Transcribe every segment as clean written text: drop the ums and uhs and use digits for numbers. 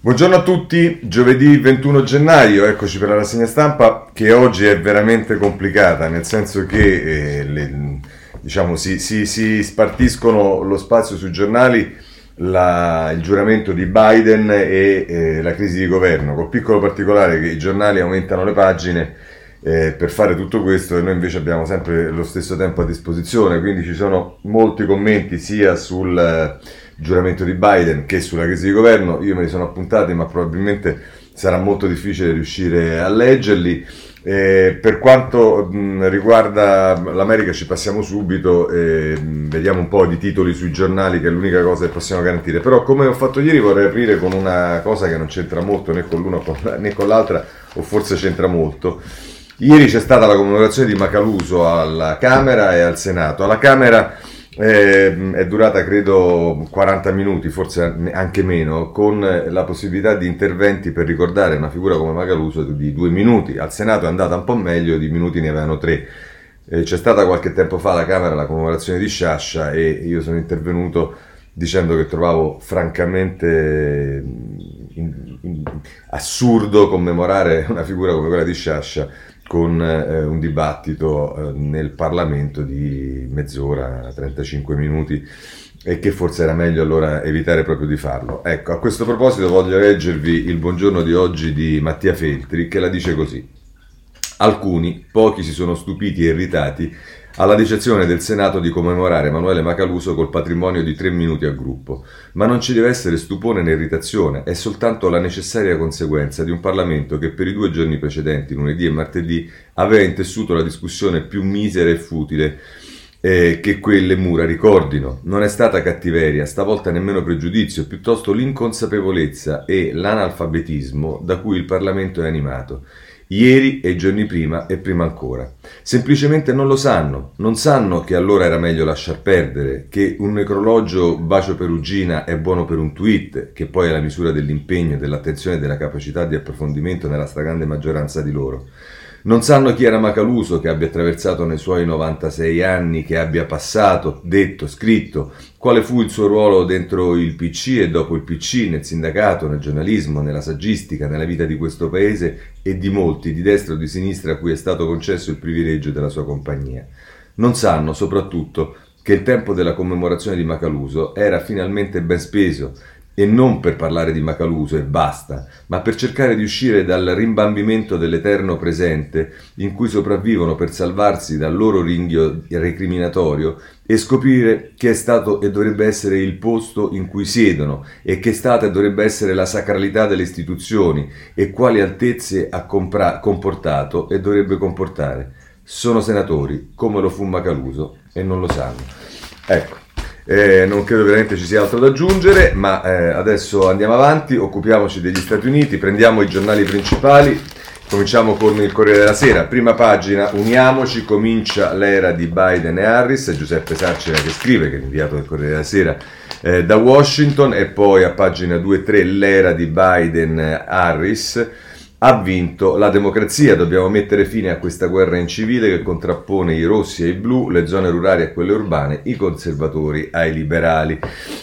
Buongiorno a tutti, giovedì 21 gennaio, eccoci per la rassegna stampa che oggi è veramente complicata, nel senso che diciamo, si spartiscono lo spazio sui giornali il giuramento di Biden e la crisi di governo, col piccolo particolare che i giornali aumentano le pagine per fare tutto questo e noi invece abbiamo sempre lo stesso tempo a disposizione, quindi ci sono molti commenti sia sul giuramento di Biden che sulla crisi di governo. Io me li sono appuntati, ma probabilmente sarà molto difficile riuscire a leggerli. Per quanto riguarda l'America ci passiamo subito, vediamo un po' di titoli sui giornali, che è l'unica cosa che possiamo garantire. Però, come ho fatto ieri, vorrei aprire con una cosa che non c'entra molto né con l'una né con l'altra, o forse c'entra molto. Ieri c'è stata la commemorazione di Macaluso alla Camera e al Senato. Alla Camera è durata credo 40 minuti, forse anche meno, con la possibilità di interventi per ricordare una figura come Macaluso di 2 minuti. Al Senato è andata un po' meglio, di minuti ne avevano 3. C'è stata qualche tempo fa alla Camera la commemorazione di Sciascia e io sono intervenuto dicendo che trovavo francamente assurdo commemorare una figura come quella di Sciascia con un dibattito nel Parlamento di mezz'ora, 35 minuti, e che forse era meglio allora evitare proprio di farlo. Ecco, a questo proposito voglio leggervi il buongiorno di oggi di Mattia Feltri, che la dice così: alcuni, pochi, si sono stupiti e irritati alla decisione del Senato di commemorare Emanuele Macaluso col patrimonio di 3 minuti a gruppo. Ma non ci deve essere stupore né irritazione, è soltanto la necessaria conseguenza di un Parlamento che per i 2 giorni precedenti, lunedì e martedì, aveva intessuto la discussione più misera e futile che quelle mura ricordino. Non è stata cattiveria, stavolta nemmeno pregiudizio, piuttosto l'inconsapevolezza e l'analfabetismo da cui il Parlamento è animato. Ieri e i giorni prima e prima ancora. Semplicemente non lo sanno. Non sanno che allora era meglio lasciar perdere, che un necrologio bacio perugina è buono per un tweet, che poi è la misura dell'impegno, dell'attenzione e della capacità di approfondimento nella stragrande maggioranza di loro. Non sanno chi era Macaluso, che abbia attraversato nei suoi 96 anni, che abbia passato, detto, scritto, quale fu il suo ruolo dentro il PC e dopo il PC, nel sindacato, nel giornalismo, nella saggistica, nella vita di questo paese e di molti, di destra o di sinistra, a cui è stato concesso il privilegio della sua compagnia. Non sanno, soprattutto, che il tempo della commemorazione di Macaluso era finalmente ben speso, e non per parlare di Macaluso e basta, ma per cercare di uscire dal rimbambimento dell'eterno presente in cui sopravvivono per salvarsi dal loro ringhio recriminatorio e scoprire che è stato e dovrebbe essere il posto in cui siedono e che è stata e dovrebbe essere la sacralità delle istituzioni e quali altezze ha comportato e dovrebbe comportare. Sono senatori, come lo fu Macaluso, e non lo sanno. Ecco. Non credo veramente ci sia altro da aggiungere, ma adesso andiamo avanti, occupiamoci degli Stati Uniti, prendiamo i giornali principali, cominciamo con il Corriere della Sera, prima pagina, uniamoci, comincia l'era di Biden e Harris, è Giuseppe Sarcina che scrive, che è l'inviato del Corriere della Sera da Washington, e poi a pagina 2 e 3 l'era di Biden-Harris. Ha vinto la democrazia, dobbiamo mettere fine a questa guerra incivile che contrappone i rossi ai blu, le zone rurali a quelle urbane, i conservatori ai liberali.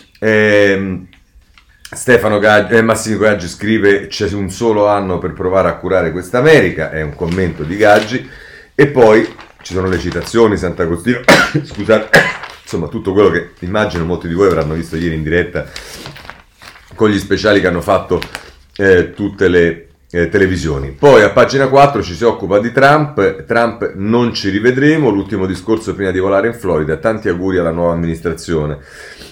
Massimo Gaggi scrive: c'è un solo anno per provare a curare questa America, è un commento di Gaggi, e poi ci sono le citazioni, Sant'Agostino, scusate, insomma tutto quello che immagino molti di voi avranno visto ieri in diretta con gli speciali che hanno fatto tutte le televisioni. Poi a pagina 4 ci si occupa di Trump, non ci rivedremo, l'ultimo discorso prima di volare in Florida, tanti auguri alla nuova amministrazione.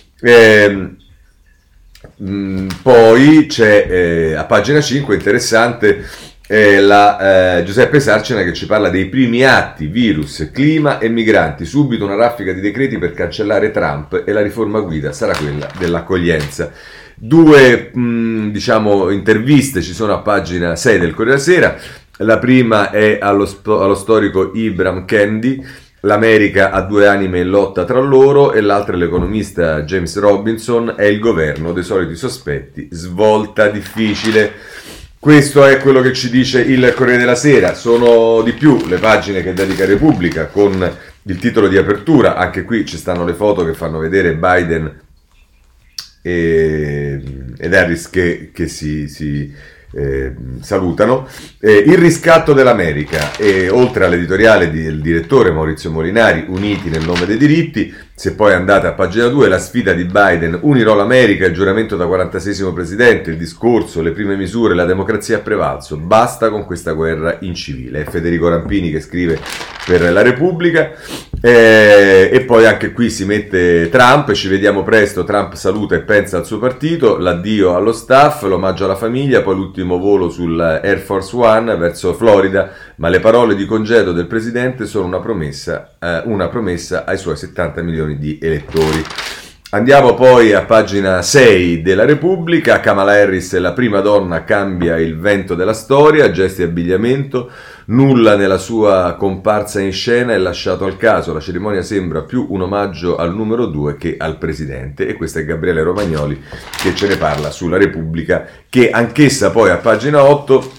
Poi c'è a pagina 5 interessante Giuseppe Sarcina che ci parla dei primi atti, virus, clima e migranti, subito una raffica di decreti per cancellare Trump e la riforma guida sarà quella dell'accoglienza. 2 interviste ci sono a pagina 6 del Corriere della Sera. La prima è allo storico Ibram Kendi, l'America ha 2 anime in lotta tra loro, e l'altra è l'economista James Robinson, è il governo dei soliti sospetti, svolta difficile. Questo è quello che ci dice il Corriere della Sera. Sono di più le pagine che dedica Repubblica con il titolo di apertura, anche qui ci stanno le foto che fanno vedere Biden e ed Harris che si salutano. Il riscatto dell'America, oltre all'editoriale del direttore Maurizio Molinari, Uniti nel nome dei diritti. Se poi andate a pagina 2, la sfida di Biden, unirò l'America, il giuramento da 46esimo presidente, il discorso, le prime misure, la democrazia ha prevalso, basta con questa guerra incivile. È Federico Rampini che scrive per la Repubblica. E poi anche qui si mette Trump, ci vediamo presto, Trump saluta e pensa al suo partito, l'addio allo staff, l'omaggio alla famiglia, poi l'ultimo volo sul Air Force One verso Florida, ma le parole di congedo del presidente sono una promessa ai suoi 70 milioni di elettori. Andiamo poi a pagina 6 della Repubblica. Kamala Harris è la prima donna, cambia il vento della storia, gesti e abbigliamento, nulla nella sua comparsa in scena è lasciato al caso, la cerimonia sembra più un omaggio al numero 2 che al presidente. E questa è Gabriele Romagnoli che ce ne parla sulla Repubblica, che anch'essa poi a pagina 8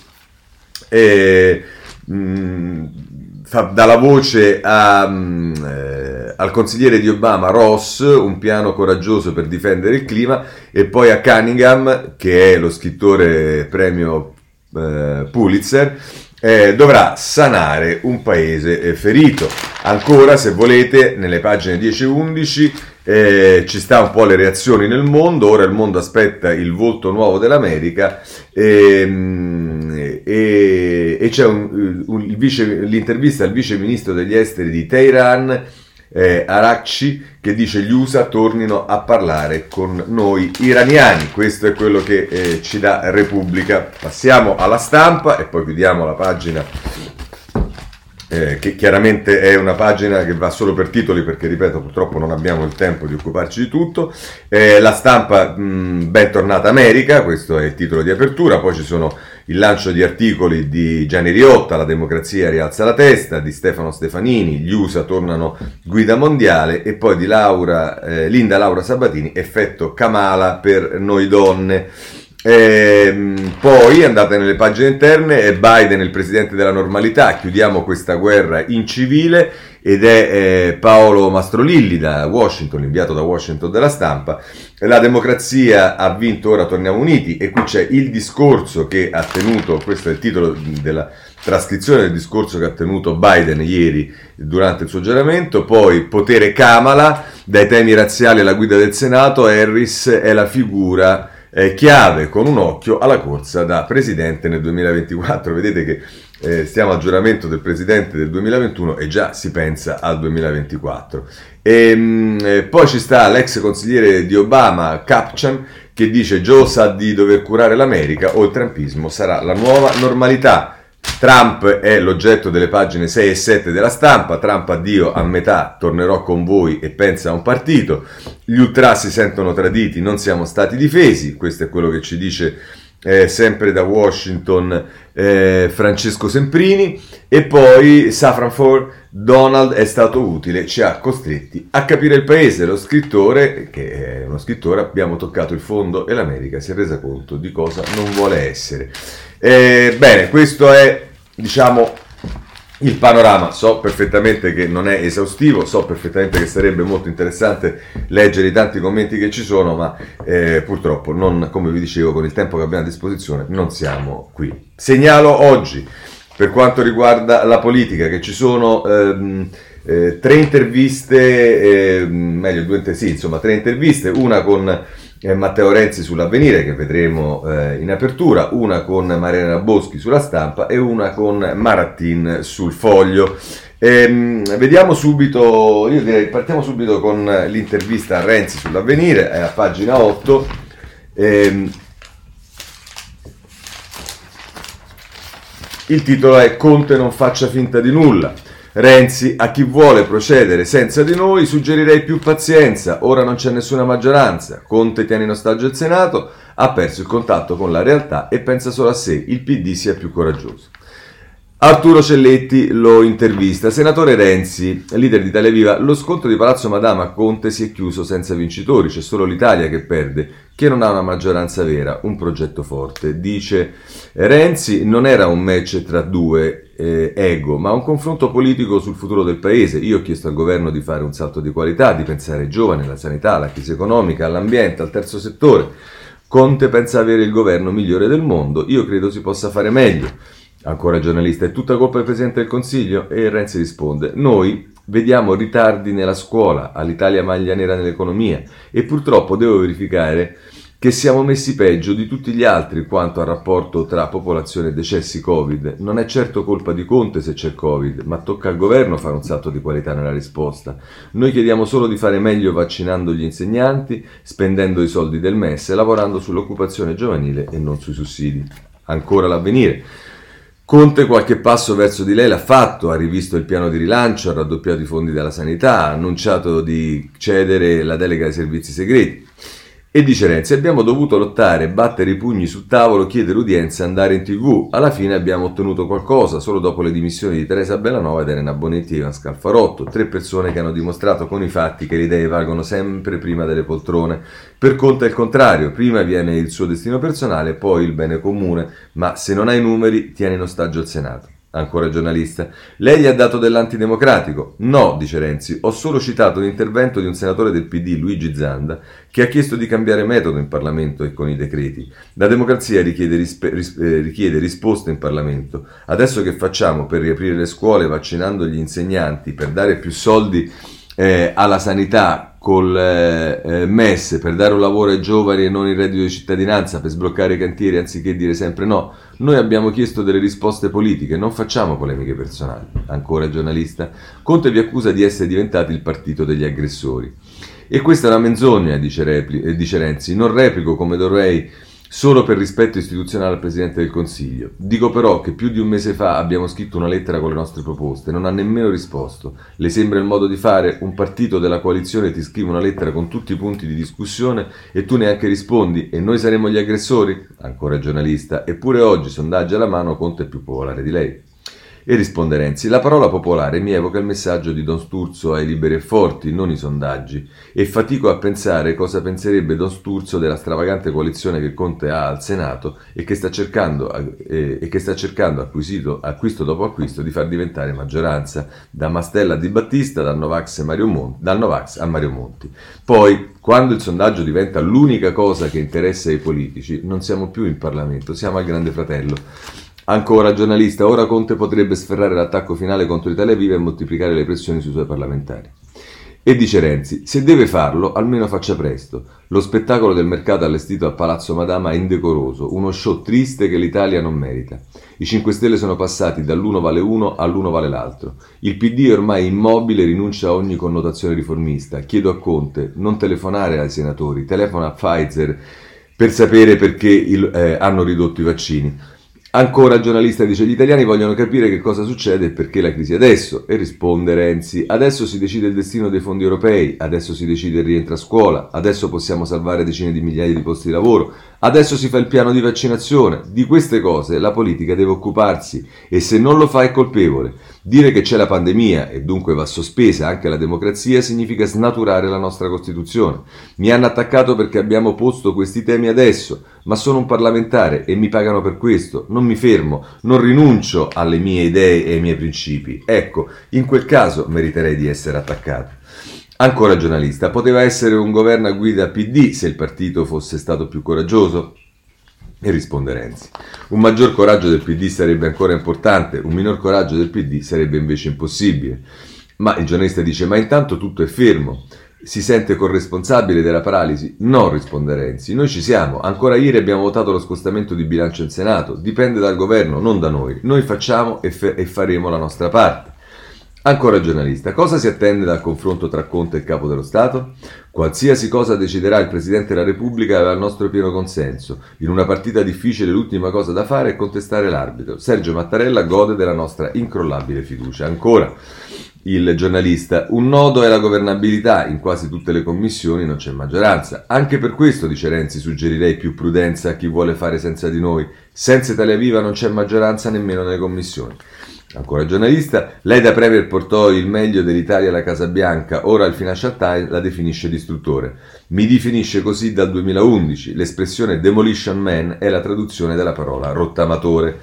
dà la voce al consigliere di Obama Ross, un piano coraggioso per difendere il clima, e poi a Cunningham, che è lo scrittore premio Pulitzer, dovrà sanare un paese ferito. Ancora, se volete, nelle pagine 10 e 11 ci sta un po' le reazioni nel mondo. Ora il mondo aspetta il volto nuovo dell'America, e c'è l'intervista al vice ministro degli esteri di Teheran, Arakci, che dice gli USA tornino a parlare con noi iraniani. Questo è quello che ci dà Repubblica. Passiamo alla Stampa e poi chiudiamo la pagina, che chiaramente è una pagina che va solo per titoli, perché ripeto, purtroppo non abbiamo il tempo di occuparci di tutto. La Stampa, bentornata America, questo è il titolo di apertura. Poi ci sono il lancio di articoli di Gianni Riotta, la democrazia rialza la testa, di Stefano Stefanini, gli USA tornano guida mondiale, e poi di Linda Laura Sabatini, effetto Kamala per noi donne. Poi andate nelle pagine interne, è Biden il presidente della normalità, chiudiamo questa guerra incivile, ed è Paolo Mastrolilli da Washington, inviato da Washington della Stampa. La democrazia ha vinto, ora torniamo uniti, e qui c'è il discorso che ha tenuto, questo è il titolo della trascrizione del discorso che ha tenuto Biden ieri durante il suo giuramento. Poi potere Kamala, dai temi razziali alla guida del Senato, Harris è la figura chiave, con un occhio alla corsa da presidente nel 2024. Vedete che stiamo al giuramento del presidente del 2021 e già si pensa al 2024. Poi ci sta l'ex consigliere di Obama, Kupchan, che dice Joe sa di dover curare l'America o il trumpismo sarà la nuova normalità. Trump è l'oggetto delle pagine 6 e 7 della Stampa. Trump addio a metà, tornerò con voi e pensa a un partito. Gli ultra si sentono traditi, non siamo stati difesi. Questo è quello che ci dice sempre da Washington Francesco Semprini. E poi Safran Foer, Donald è stato utile, ci ha costretti a capire il paese. Lo scrittore, che è uno scrittore, abbiamo toccato il fondo e l'America si è resa conto di cosa non vuole essere. Bene, questo è, diciamo, il panorama. So perfettamente che non è esaustivo, so perfettamente che sarebbe molto interessante leggere i tanti commenti che ci sono, ma purtroppo, non, come vi dicevo, con il tempo che abbiamo a disposizione non siamo qui. Segnalo oggi, per quanto riguarda la politica, che ci sono 3 interviste, tre interviste, una con Matteo Renzi sull'Avvenire, che vedremo in apertura, una con Mariana Boschi sulla Stampa e una con Marattin sul Foglio. Vediamo subito, io direi partiamo subito con l'intervista a Renzi sull'Avvenire, è a pagina 8. Il titolo è Conte non faccia finta di nulla. Renzi, a chi vuole procedere senza di noi suggerirei più pazienza, ora non c'è nessuna maggioranza, Conte tiene in ostaggio il Senato, ha perso il contatto con la realtà e pensa solo a sé, il PD sia più coraggioso. Arturo Celletti lo intervista. Senatore Renzi, leader di Italia Viva, lo scontro di Palazzo Madama a Conte si è chiuso senza vincitori, c'è solo l'Italia che perde, che non ha una maggioranza vera, un progetto forte. Dice Renzi, non era un match tra due ego, ma un confronto politico sul futuro del paese. Io ho chiesto al governo di fare un salto di qualità, di pensare ai giovani, alla sanità, alla crisi economica, all'ambiente, al terzo settore. Conte pensa avere il governo migliore del mondo, io credo si possa fare meglio. Ancora giornalista, è tutta colpa del Presidente del Consiglio? E Renzi risponde, noi vediamo ritardi nella scuola, all'Italia maglia nera nell'economia e purtroppo devo verificare che siamo messi peggio di tutti gli altri quanto al rapporto tra popolazione e decessi Covid. Non è certo colpa di Conte se c'è Covid, ma tocca al governo fare un salto di qualità nella risposta. Noi chiediamo solo di fare meglio vaccinando gli insegnanti, spendendo i soldi del MES e lavorando sull'occupazione giovanile e non sui sussidi. Ancora l'Avvenire. Conte qualche passo verso di lei l'ha fatto, ha rivisto il piano di rilancio, ha raddoppiato i fondi della sanità, ha annunciato di cedere la delega ai servizi segreti. E dice Renzi, abbiamo dovuto lottare, battere i pugni sul tavolo, chiedere udienze, andare in TV. Alla fine abbiamo ottenuto qualcosa, solo dopo le dimissioni di Teresa Bellanova ed Elena Bonetti e Ivan Scalfarotto, 3 persone che hanno dimostrato con i fatti che le idee valgono sempre prima delle poltrone. Per Conte è il contrario, prima viene il suo destino personale, poi il bene comune, ma se non hai numeri tieni in ostaggio il Senato. Ancora giornalista. Lei gli ha dato dell'antidemocratico? No, dice Renzi, ho solo citato l'intervento di un senatore del PD, Luigi Zanda, che ha chiesto di cambiare metodo in Parlamento e con i decreti. La democrazia richiede risposte in Parlamento. Adesso che facciamo per riaprire le scuole vaccinando gli insegnanti, per dare più soldi alla sanità col MES, per dare un lavoro ai giovani e non il reddito di cittadinanza, per sbloccare i cantieri anziché dire sempre no. Noi abbiamo chiesto delle risposte politiche, non facciamo polemiche personali. Ancora giornalista. Conte vi accusa di essere diventati il partito degli aggressori. E questa è una menzogna, dice Renzi. Non replico come dovrei solo per rispetto istituzionale al Presidente del Consiglio. Dico però che più di un mese fa abbiamo scritto una lettera con le nostre proposte, non ha nemmeno risposto. Le sembra il modo di fare? Un partito della coalizione ti scrive una lettera con tutti i punti di discussione e tu neanche rispondi e noi saremo gli aggressori? Ancora giornalista. Eppure oggi, sondaggi alla mano, Conte è più popolare di lei. E risponde Renzi, la parola popolare mi evoca il messaggio di Don Sturzo ai Liberi e Forti, non i sondaggi, e fatico a pensare cosa penserebbe Don Sturzo della stravagante coalizione che Conte ha al Senato e che sta cercando acquisto dopo acquisto di far diventare maggioranza, da Mastella a Di Battista, dal Novax a Mario Monti. Poi, quando il sondaggio diventa l'unica cosa che interessa ai politici, non siamo più in Parlamento, siamo al Grande Fratello. Ancora giornalista, ora Conte potrebbe sferrare l'attacco finale contro Italia Viva e moltiplicare le pressioni sui suoi parlamentari. E dice Renzi, se deve farlo, almeno faccia presto. Lo spettacolo del mercato allestito a Palazzo Madama è indecoroso, uno show triste che l'Italia non merita. I 5 Stelle sono passati dall'uno vale uno all'uno vale l'altro. Il PD è ormai immobile e rinuncia a ogni connotazione riformista. Chiedo a Conte, non telefonare ai senatori, telefona a Pfizer per sapere perché hanno ridotto i vaccini. Ancora giornalista dice gli italiani vogliono capire che cosa succede e perché la crisi adesso, e risponde Renzi, adesso si decide il destino dei fondi europei, adesso si decide il rientro a scuola, adesso possiamo salvare decine di migliaia di posti di lavoro, adesso si fa il piano di vaccinazione, di queste cose la politica deve occuparsi e se non lo fa è colpevole. Dire che c'è la pandemia e dunque va sospesa anche la democrazia significa snaturare la nostra Costituzione. Mi hanno attaccato perché abbiamo posto questi temi adesso, ma sono un parlamentare e mi pagano per questo, non mi fermo, non rinuncio alle mie idee e ai miei principi. Ecco, in quel caso meriterei di essere attaccato. Ancora giornalista, poteva essere un governo a guida PD se il partito fosse stato più coraggioso? E risponde Renzi. Un maggior coraggio del PD sarebbe ancora importante, un minor coraggio del PD sarebbe invece impossibile. Ma il giornalista dice, ma intanto tutto è fermo. Si sente corresponsabile della paralisi? No, risponde Renzi, noi ci siamo. Ancora ieri abbiamo votato lo scostamento di bilancio in Senato. Dipende dal governo, non da noi. Noi facciamo e faremo la nostra parte. Ancora giornalista, cosa si attende dal confronto tra Conte e il Capo dello Stato? Qualsiasi cosa deciderà il Presidente della Repubblica aveva il nostro pieno consenso. In una partita difficile l'ultima cosa da fare è contestare l'arbitro. Sergio Mattarella gode della nostra incrollabile fiducia. Ancora il giornalista, un nodo è la governabilità, in quasi tutte le commissioni non c'è maggioranza. Anche per questo, dice Renzi, suggerirei più prudenza a chi vuole fare senza di noi. Senza Italia Viva non c'è maggioranza nemmeno nelle commissioni. Ancora giornalista, lei da Premier portò il meglio dell'Italia alla Casa Bianca, ora il Financial Times la definisce distruttore. Mi definisce così dal 2011, l'espressione demolition man è la traduzione della parola rottamatore.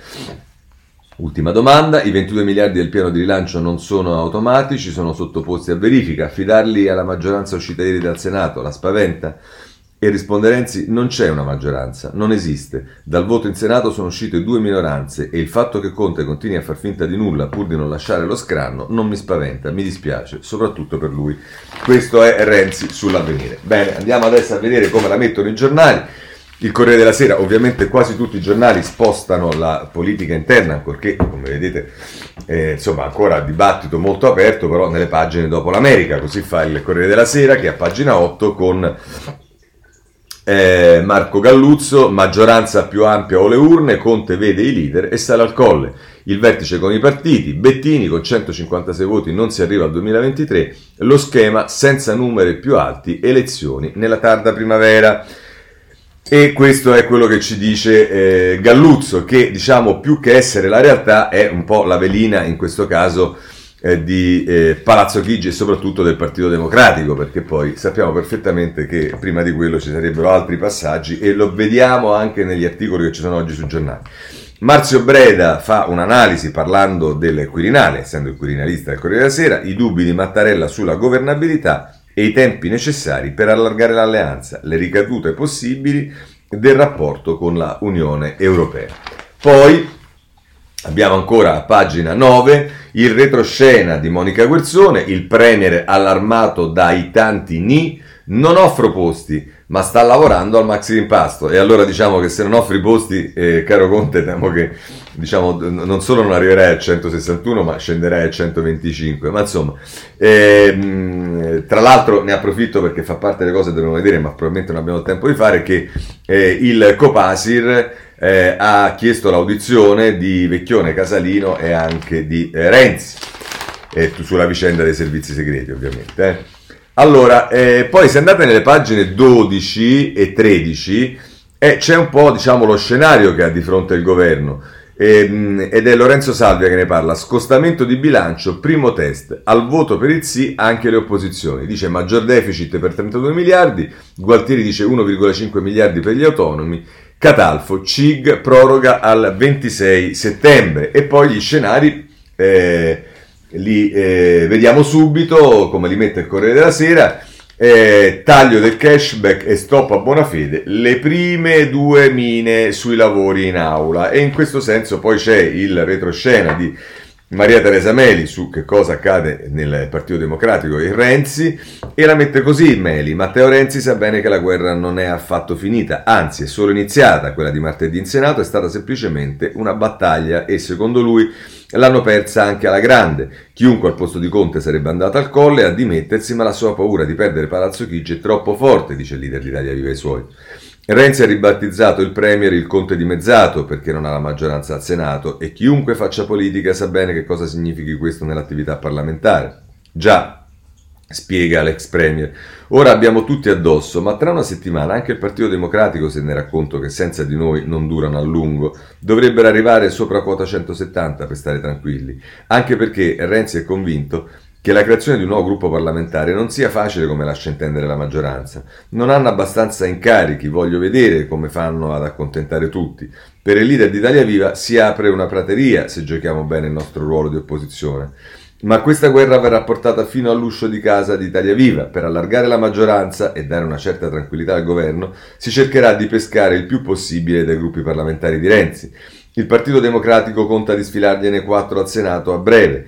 Ultima domanda, i 22 miliardi del piano di rilancio non sono automatici, sono sottoposti a verifica, affidarli alla maggioranza uscita ieri dal Senato, la spaventa? E risponde Renzi: non c'è una maggioranza, non esiste. Dal voto in Senato sono uscite 2 minoranze e il fatto che Conte continui a far finta di nulla pur di non lasciare lo scranno non mi spaventa, mi dispiace, soprattutto per lui. Questo è Renzi sull'Avvenire. Bene, andiamo adesso a vedere come la mettono i giornali. Il Corriere della Sera, ovviamente quasi tutti i giornali spostano la politica interna, ancorché, come vedete, insomma, ancora dibattito molto aperto, però nelle pagine dopo l'America. Così fa il Corriere della Sera, che è a pagina 8 con Marco Galluzzo: maggioranza più ampia o le urne, Conte vede i leader e sale al colle. Il vertice con i partiti, Bettini con 156 voti non si arriva al 2023, lo schema senza numeri più alti, elezioni nella tarda primavera. E questo è quello che ci dice Galluzzo, che diciamo più che essere la realtà è un po' la velina in questo caso di Palazzo Chigi e soprattutto del Partito Democratico, perché poi sappiamo perfettamente che prima di quello ci sarebbero altri passaggi e lo vediamo anche negli articoli che ci sono oggi sui giornali. Marzio Breda fa un'analisi parlando del Quirinale, essendo il quirinalista del Corriere della Sera, i dubbi di Mattarella sulla governabilità e i tempi necessari per allargare l'alleanza, le ricadute possibili del rapporto con la Unione Europea. Poi abbiamo ancora a pagina 9 il retroscena di Monica Guerzone: il premier allarmato dai tanti ni, non offro posti, ma sta lavorando al maxi rimpasto. E allora diciamo che se non offri posti, caro Conte, temo che diciamo non solo non arriverai al 161, ma scenderai al 125. Ma insomma, tra l'altro ne approfitto perché fa parte delle cose che dovremo vedere, ma probabilmente non abbiamo tempo di fare, che il Copasir ha chiesto l'audizione di Vecchione, Casalino e anche di Renzi sulla vicenda dei servizi segreti, ovviamente. Allora, poi se andate nelle pagine 12 e 13 c'è un po', diciamo, lo scenario che ha di fronte il governo, ed è Lorenzo Salvia che ne parla: scostamento di bilancio, primo test, al voto per il sì anche le opposizioni. Dice maggior deficit per 32 miliardi, Gualtieri dice 1,5 miliardi per gli autonomi, Catalfo, CIG proroga al 26 settembre. E poi gli scenari li vediamo subito, come li mette il Corriere della Sera: taglio del cashback e stop a buona fede, le prime 2 mine sui lavori in aula. E in questo senso poi c'è il retroscena di Maria Teresa Meli su che cosa accade nel Partito Democratico e Renzi, e la mette così Meli: Matteo Renzi sa bene che la guerra non è affatto finita, anzi è solo iniziata. Quella di martedì in Senato è stata semplicemente una battaglia e secondo lui l'hanno persa anche alla grande. Chiunque al posto di Conte sarebbe andato al colle a dimettersi, ma la sua paura di perdere Palazzo Chigi è troppo forte, dice il leader di Italia Viva i suoi. Renzi ha ribattezzato il premier il Conte dimezzato perché non ha la maggioranza al Senato, e chiunque faccia politica sa bene che cosa significhi questo nell'attività parlamentare. Già, spiega l'ex premier, ora abbiamo tutti addosso, ma tra una settimana anche il Partito Democratico se ne renderà conto che senza di noi non durano a lungo. Dovrebbero arrivare sopra quota 170 per stare tranquilli, anche perché Renzi è convinto che la creazione di un nuovo gruppo parlamentare non sia facile come lascia intendere la maggioranza. Non hanno abbastanza incarichi, voglio vedere come fanno ad accontentare tutti. Per il leader di Italia Viva si apre una prateria se giochiamo bene il nostro ruolo di opposizione. Ma questa guerra verrà portata fino all'uscio di casa di Italia Viva. Per allargare la maggioranza e dare una certa tranquillità al governo si cercherà di pescare il più possibile dai gruppi parlamentari di Renzi. Il Partito Democratico conta di sfilargliene 4 al Senato a breve.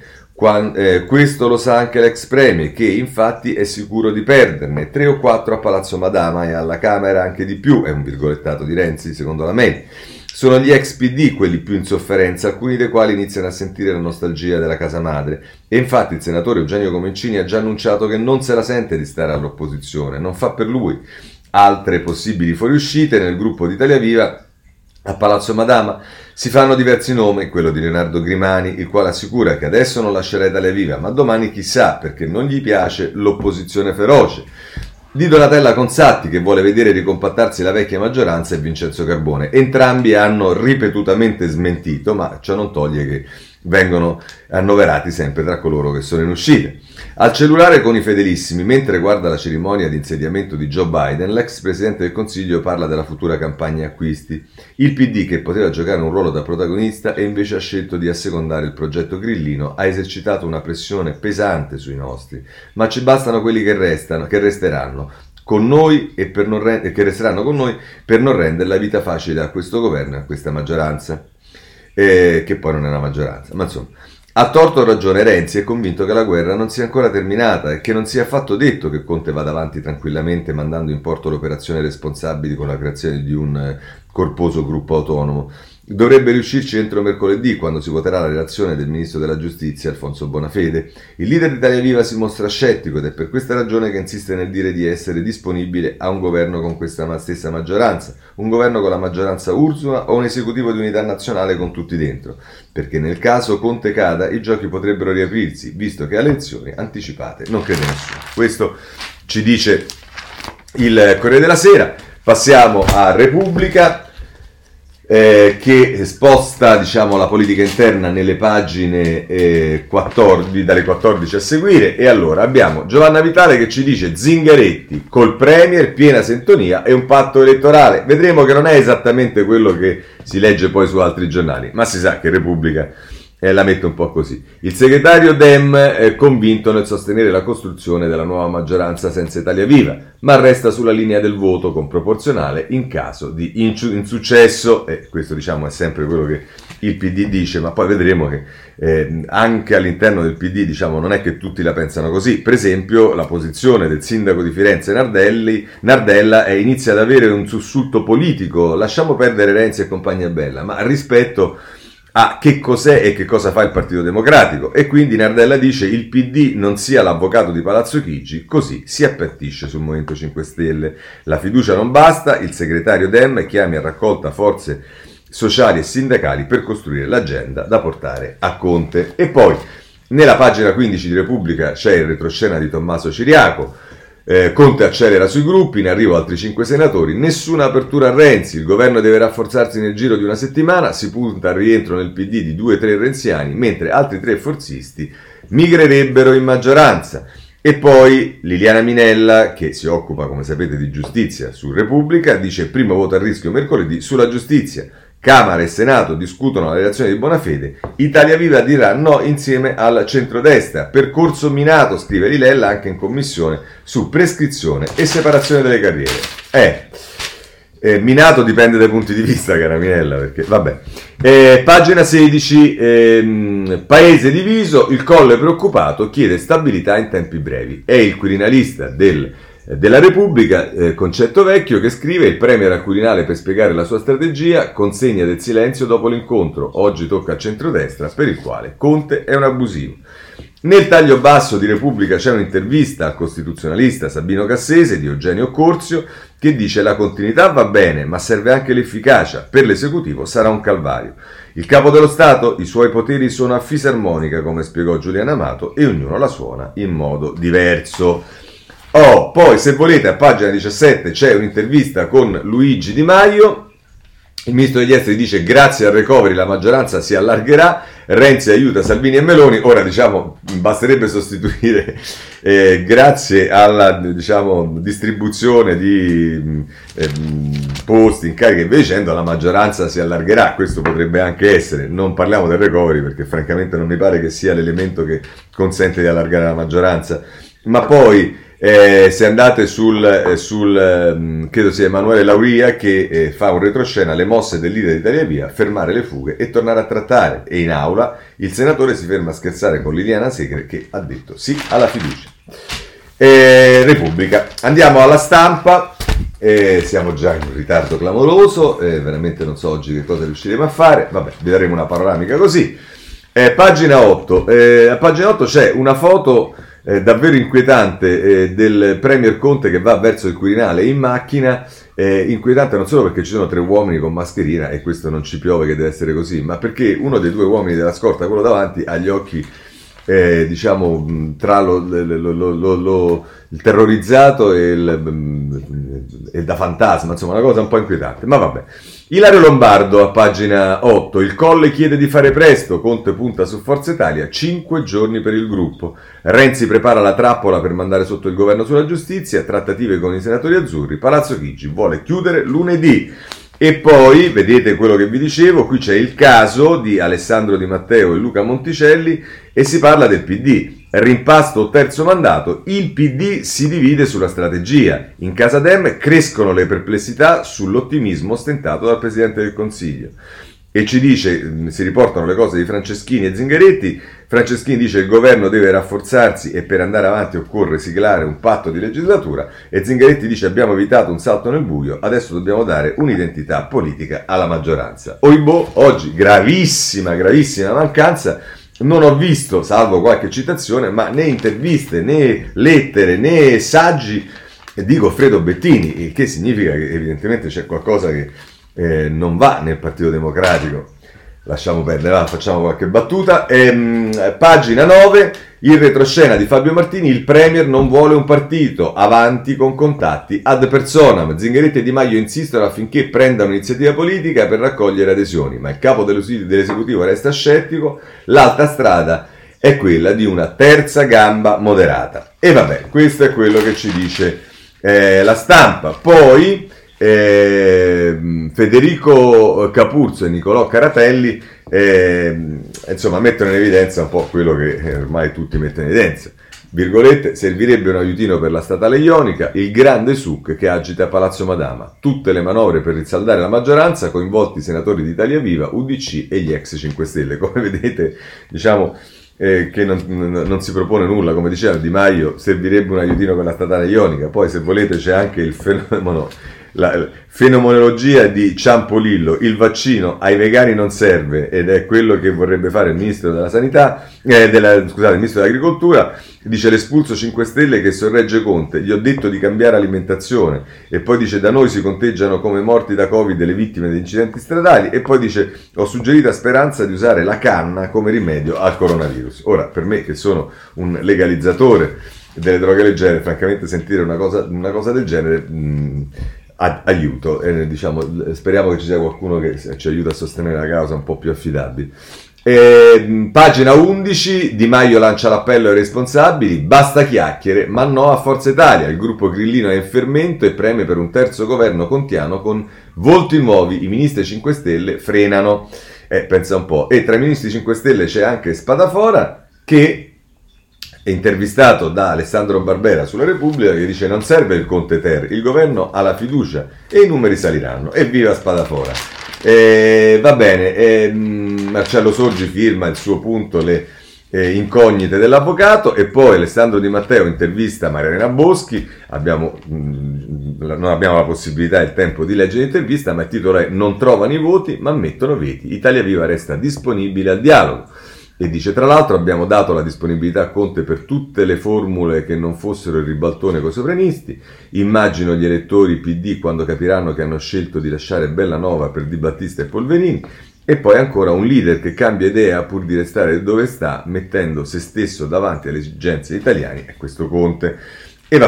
Questo lo sa anche l'ex premier, che infatti è sicuro di perderne 3 o 4 a Palazzo Madama e alla Camera anche di più, è un virgolettato di Renzi secondo la Meli. Sono gli ex PD quelli più in sofferenza, alcuni dei quali iniziano a sentire la nostalgia della casa madre, e infatti il senatore Eugenio Comencini ha già annunciato che non se la sente di stare all'opposizione, non fa per lui. Altre possibili fuoriuscite nel gruppo di Italia Viva a Palazzo Madama si fanno diversi nomi, quello di Leonardo Grimani, il quale assicura che adesso non lascerà Italia Viva, ma domani chissà, perché non gli piace l'opposizione feroce. Di Donatella Consatti, che vuole vedere ricompattarsi la vecchia maggioranza, e Vincenzo Carbone. Entrambi hanno ripetutamente smentito, ma ciò non toglie che vengono annoverati sempre tra coloro che sono in uscita. Al cellulare con i fedelissimi, mentre guarda la cerimonia di insediamento di Joe Biden, l'ex presidente del Consiglio parla della futura campagna acquisti. Il PD, che poteva giocare un ruolo da protagonista e invece ha scelto di assecondare il progetto grillino, ha esercitato una pressione pesante sui nostri. Ma ci bastano quelli che resteranno. con noi e che resteranno con noi per non rendere la vita facile a questo governo e a questa maggioranza, che poi non è una maggioranza, ma insomma. A torto o ragione Renzi è convinto che la guerra non sia ancora terminata e che non sia affatto detto che Conte vada avanti tranquillamente mandando in porto l'operazione responsabili con la creazione di un corposo gruppo autonomo. Dovrebbe riuscirci entro mercoledì, quando si voterà la relazione del ministro della giustizia Alfonso Bonafede. Il leader di Italia Viva si mostra scettico ed è per questa ragione che insiste nel dire di essere disponibile a un governo con questa stessa maggioranza, un governo con la maggioranza Ursula o un esecutivo di unità nazionale con tutti dentro, perché nel caso Conte cada i giochi potrebbero riaprirsi, visto che alle elezioni anticipate non crede nessuno. Questo ci dice il Corriere della Sera. Passiamo a Repubblica, che sposta, diciamo, la politica interna nelle pagine 14, dalle 14 a seguire. E allora abbiamo Giovanna Vitale che ci dice: Zingaretti col Premier, piena sintonia e un patto elettorale. Vedremo che non è esattamente quello che si legge poi su altri giornali, ma si sa che Repubblica la mette un po' così. Il segretario Dem è convinto nel sostenere la costruzione della nuova maggioranza senza Italia Viva, ma resta sulla linea del voto con proporzionale in caso di insuccesso, e questo, diciamo, è sempre quello che il PD dice, ma poi vedremo che anche all'interno del PD, diciamo, non è che tutti la pensano così. Per esempio la posizione del sindaco di Firenze Nardella inizia ad avere un sussulto politico. Lasciamo perdere Renzi e compagnia bella, ma rispetto a che cos'è e che cosa fa il Partito Democratico, e quindi Nardella dice: il PD non sia l'avvocato di Palazzo Chigi, così si appetisce sul Movimento 5 Stelle. La fiducia non basta, il segretario Dem chiama a raccolta forze sociali e sindacali per costruire l'agenda da portare a Conte. E poi nella pagina 15 di Repubblica c'è il retroscena di Tommaso Ciriaco. Conte accelera sui gruppi, in arrivo altri 5 senatori, nessuna apertura a Renzi, il governo deve rafforzarsi nel giro di una settimana, si punta al rientro nel PD di 2-3 renziani, mentre altri 3 forzisti migrerebbero in maggioranza. E poi Liliana Minella, che si occupa, come sapete, di giustizia su Repubblica, dice: primo voto a rischio mercoledì sulla giustizia. Camera e Senato discutono la relazione di Bonafede, Italia Viva dirà no insieme al centrodestra. Percorso minato, scrive Lilella anche in commissione, su prescrizione e separazione delle carriere. Minato dipende dai punti di vista, cara Minella, perché vabbè. Pagina 16, paese diviso, il Colle preoccupato, chiede stabilità in tempi brevi. È il quirinalista della Repubblica, Concetto Vecchio, che scrive: il premier al Quirinale per spiegare la sua strategia, consegna del silenzio dopo l'incontro, oggi tocca al centrodestra, per il quale Conte è un abusivo. Nel taglio basso di Repubblica c'è un'intervista al costituzionalista Sabino Cassese di Eugenio Corzio, che dice: la continuità va bene, ma serve anche l'efficacia, per l'esecutivo sarà un calvario. Il capo dello Stato, i suoi poteri sono a fisarmonica, come spiegò Giuliano Amato, e ognuno la suona in modo diverso. Poi, se volete, a pagina 17 c'è un'intervista con Luigi Di Maio. Il ministro degli esteri dice: grazie al recovery la maggioranza si allargherà, Renzi aiuta Salvini e Meloni. Ora, diciamo, basterebbe sostituire grazie alla, diciamo, distribuzione di posti, incarichi e via dicendo, la maggioranza si allargherà. Questo potrebbe anche essere. Non parliamo del recovery perché francamente non mi pare che sia l'elemento che consente di allargare la maggioranza. Ma poi se andate credo sia Emanuele Lauria che fa un retroscena, le mosse del leader di Italia Via, fermare le fughe e tornare a trattare. E in aula il senatore si ferma a scherzare con Liliana Segre, che ha detto sì alla fiducia. Repubblica. Andiamo alla Stampa. Siamo già in un ritardo clamoroso, veramente non so oggi che cosa riusciremo a fare. Vabbè, vi daremo una panoramica così. Pagina 8. A pagina 8 c'è una foto davvero inquietante del Premier Conte che va verso il Quirinale in macchina. Inquietante non solo perché ci sono 3 uomini con mascherina, e questo non ci piove che deve essere così, ma perché uno dei 2 uomini della scorta, quello davanti, ha gli occhi diciamo tra il terrorizzato e da fantasma, insomma una cosa un po' inquietante, ma vabbè. Ilario Lombardo a pagina 8, il Colle chiede di fare presto, Conte punta su Forza Italia, 5 giorni per il gruppo, Renzi prepara la trappola per mandare sotto il governo sulla giustizia, trattative con i senatori azzurri, Palazzo Chigi vuole chiudere lunedì. E poi, vedete quello che vi dicevo, qui c'è il caso di Alessandro Di Matteo e Luca Monticelli, e si parla del PD. Rimpasto o terzo mandato, il PD si divide sulla strategia. In casa Dem crescono le perplessità sull'ottimismo ostentato dal Presidente del Consiglio. E ci dice, si riportano le cose di Franceschini e Zingaretti. Franceschini dice che il governo deve rafforzarsi e per andare avanti occorre siglare un patto di legislatura, e Zingaretti dice abbiamo evitato un salto nel buio, adesso dobbiamo dare un'identità politica alla maggioranza. Oibò, oggi gravissima mancanza. Non ho visto, salvo qualche citazione, ma né interviste, né lettere, né saggi di Goffredo Bettini, il che significa che evidentemente c'è qualcosa che non va nel Partito Democratico. Lasciamo perdere, facciamo qualche battuta. Pagina 9, il retroscena di Fabio Martini, il Premier non vuole un partito, avanti con contatti ad personam. Zingaretti e Di Maio insistono affinché prenda un'iniziativa politica per raccogliere adesioni, ma il capo dell'esecutivo resta scettico, l'altra strada è quella di una terza gamba moderata. E vabbè, questo è quello che ci dice la stampa. Poi Federico Capurzo e Nicolò Caratelli insomma mettono in evidenza un po' quello che ormai tutti mettono in evidenza. Virgolette, servirebbe un aiutino per la statale ionica, il grande suc che agita Palazzo Madama, tutte le manovre per rinsaldare la maggioranza, coinvolti i senatori di Italia Viva, UDC e gli ex 5 Stelle. Come vedete, diciamo che non si propone nulla, come diceva Di Maio, servirebbe un aiutino per la statale ionica. Poi se volete c'è anche il fenomeno, la fenomenologia di Ciampolillo, il vaccino ai vegani non serve, ed è quello che vorrebbe fare il ministro della sanità, il ministro dell'agricoltura. Dice l'espulso 5 Stelle che sorregge Conte, gli ho detto di cambiare alimentazione, e poi dice da noi si conteggiano come morti da Covid le vittime di incidenti stradali, e poi dice ho suggerito a Speranza di usare la canna come rimedio al coronavirus. Ora, per me che sono un legalizzatore delle droghe leggere, francamente sentire una cosa del genere aiuto, diciamo, speriamo che ci sia qualcuno che ci aiuta a sostenere la causa un po' più affidabile. Pagina 11, Di Maio lancia l'appello ai responsabili, basta chiacchiere, ma no a Forza Italia, il gruppo grillino è in fermento e preme per un terzo governo contiano con volti nuovi, i ministri 5 Stelle frenano, pensa un po', e tra i ministri 5 Stelle c'è anche Spadafora che è intervistato da Alessandro Barbera sulla Repubblica, che dice non serve il Conte Ter, il governo ha la fiducia e i numeri saliranno, evviva Spadafora. Va bene, Marcello Sorgi firma il suo punto, le incognite dell'avvocato, e poi Alessandro Di Matteo intervista Marianela Boschi. Non abbiamo la possibilità e il tempo di leggere l'intervista, ma il titolo è non trovano i voti ma mettono veti, Italia Viva resta disponibile al dialogo. E dice, tra l'altro abbiamo dato la disponibilità a Conte per tutte le formule che non fossero il ribaltone coi sovranisti. Immagino gli elettori PD quando capiranno che hanno scelto di lasciare Bellanova per Di Battista e Polverini. E poi ancora un leader che cambia idea pur di restare dove sta, mettendo se stesso davanti alle esigenze degli italiani, è questo Conte. E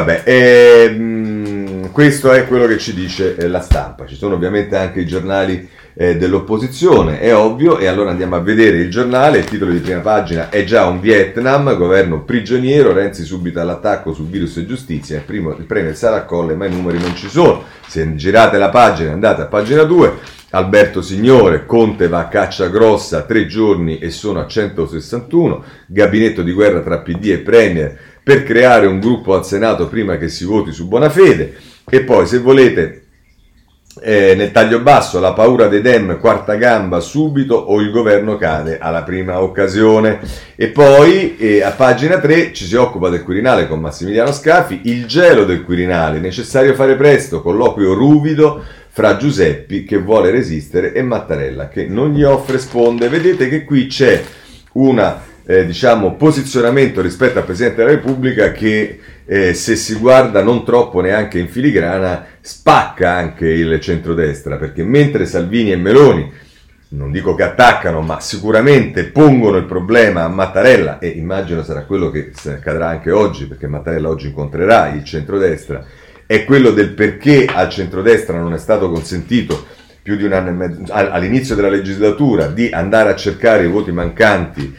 vabbè, questo è quello che ci dice la stampa. Ci sono ovviamente anche i giornali dell'opposizione, è ovvio, e allora andiamo a vedere il giornale. Il titolo di prima pagina è già un Vietnam, governo prigioniero, Renzi subito all'attacco su virus e giustizia, il premier sarà a colle ma i numeri non ci sono. Se girate la pagina andate a pagina 2, Alberto Signore, Conte va a caccia grossa, 3 giorni e sono a 161, gabinetto di guerra tra PD e premier per creare un gruppo al Senato prima che si voti su buona fede. E poi se volete nel taglio basso la paura dei Dem, quarta gamba subito o il governo cade alla prima occasione. E poi a pagina 3 ci si occupa del Quirinale con Massimiliano Scafi, il gelo del Quirinale, necessario fare presto, colloquio ruvido fra Giuseppi che vuole resistere e Mattarella che non gli offre sponde. Vedete che qui c'è una posizionamento rispetto al Presidente della Repubblica che se si guarda non troppo neanche in filigrana spacca anche il centrodestra, perché mentre Salvini e Meloni non dico che attaccano ma sicuramente pongono il problema a Mattarella, e immagino sarà quello che accadrà anche oggi, perché Mattarella oggi incontrerà il centrodestra, è quello del perché al centrodestra non è stato consentito più di un anno e mezzo all'inizio della legislatura di andare a cercare i voti mancanti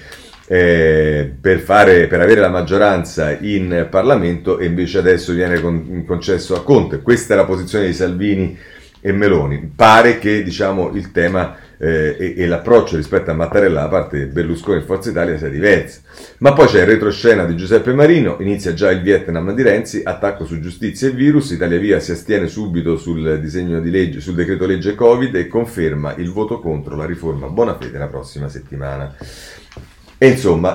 per avere la maggioranza in Parlamento, e invece adesso viene concesso a Conte. Questa è la posizione di Salvini e Meloni. Pare che, diciamo, il tema e l'approccio rispetto a Mattarella da parte di Berlusconi e Forza Italia sia diverso. Ma poi c'è il retroscena di Giuseppe Marino, inizia già il Vietnam di Renzi, attacco su giustizia e virus, Italia Viva si astiene subito sul disegno di legge, sul decreto legge Covid e conferma il voto contro la riforma Bonafede la prossima settimana. E insomma,